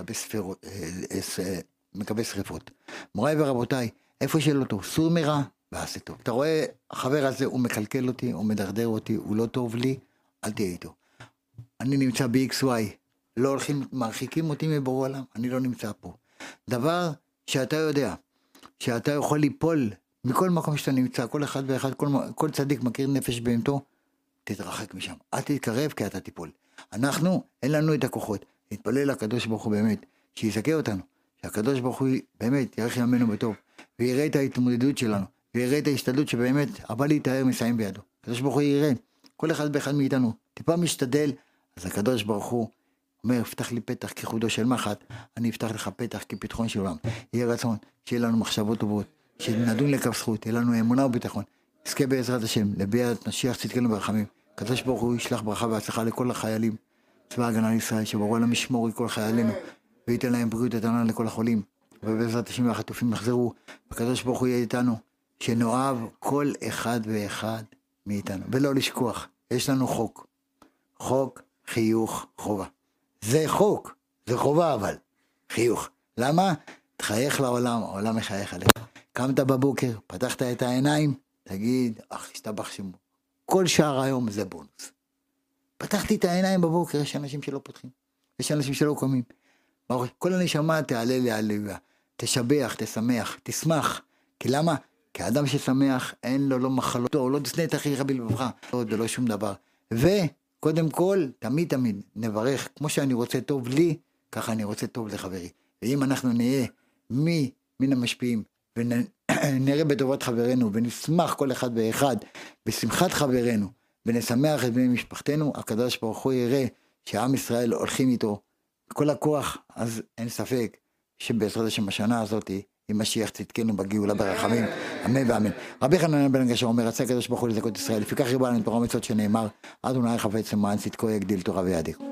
מקבל שריפות. מוריי ורבותיי, איפה שלא טוב, סור מרע ועשה טוב. אתה רואה, החבר הזה הוא מקלקל אותי, הוא מדרדר אותי, הוא לא טוב לי, אל תהיה איתו. אני נמצא ב-XY, לא הולכים, מרחיקים אותי מבורא עולם, אני לא נמצא פה. דבר שאתה יודע, שאתה יכול ליפול מכל מקום שאתה נמצא, כל אחד ואחד, כל צדיק מכיר נפש בהמתו, תתרחק משם, אל תתקרב כי אתה תיפול. אנחנו, אין לנו את הכוחות, נתפלל לקדוש ברוך הוא באמת, שיזכה אותנו, שהקדוש ברוך הוא באמת יאריך ימינו בטוב, ויראה את ההתמודדות שלנו, ויראה את ההשתדלות שבאמת, הבא להתאר מסיים בידו. הקדוש ברוך הוא יראה, כל אחד ואחד מאיתנו, טיפה משתדל, אז הקדוש ברוך הוא אומר, פתח לי פתח כחודו של מחט, אני אפתח לך פתח כפתחון של עולם. יהיה רצון, שיהיה לנו מחשבות טובות, שנדון לכף זכות, יהיה לנו אמונה וביטחון. נזכה בעזרת השם, לביאת משיח צדקנו ברחמים. הקדוש ברוך הוא ישלח ברכה והצלחה לכל החיילים, צבא ההגנה לישראל, שבורא עולם ישמור את כל חיילינו, וייתן להם בריאות איתנה לכל החולים, ובעזרת השם והחטופים יחזרו, הקדוש ברוך הוא יהיה איתנו, שנאהב כל אחד ואחד מאיתנו. ולא לשכוח, יש לנו חוק חיוך חובה. זה חוק, זה חובה אבל, חיוך. למה? תחייך לעולם, העולם מחייך עליך. קמת בבוקר, פתחת את העיניים, תגיד, השתבח שמו. כל שער היום זה בונוס. פתחתי את העיניים בבוקר, יש אנשים שלא פותחים, יש אנשים שלא קומים. כל הנשמה תעלה להללויה, תשבח, תשמח, תשמח. כי למה? כי האדם ששמח, אין לו לא מחלותו, לא תשנא את אחיך בלבבך, לא שום דבר. וקודם כל, תמיד נברך, כמו שאני רוצה טוב לי, ככה אני רוצה טוב לחברי. ואם אנחנו נהיה מן המשפיעים, ונראה בטובת חברנו, ונשמח כל אחד ואחד, בשמחת חברנו, ונשמח את בני משפחתנו, הקדוש ברוך הוא יראה שעם ישראל הולכים איתו, כל הכוח, אז אין ספק שבעזרת השם השנה הזאת, עם משיח צדקנו בגאולה ברחמים, אמן ואמן. רבי חנן בן גרשום אומר, רצה הקדוש ברוך הוא לזכות ישראל, לפיכך ירבה לנו תורה ומצוות שנאמר, אדוני חפץ למען צדקו יגדיל תורה ויאדיר.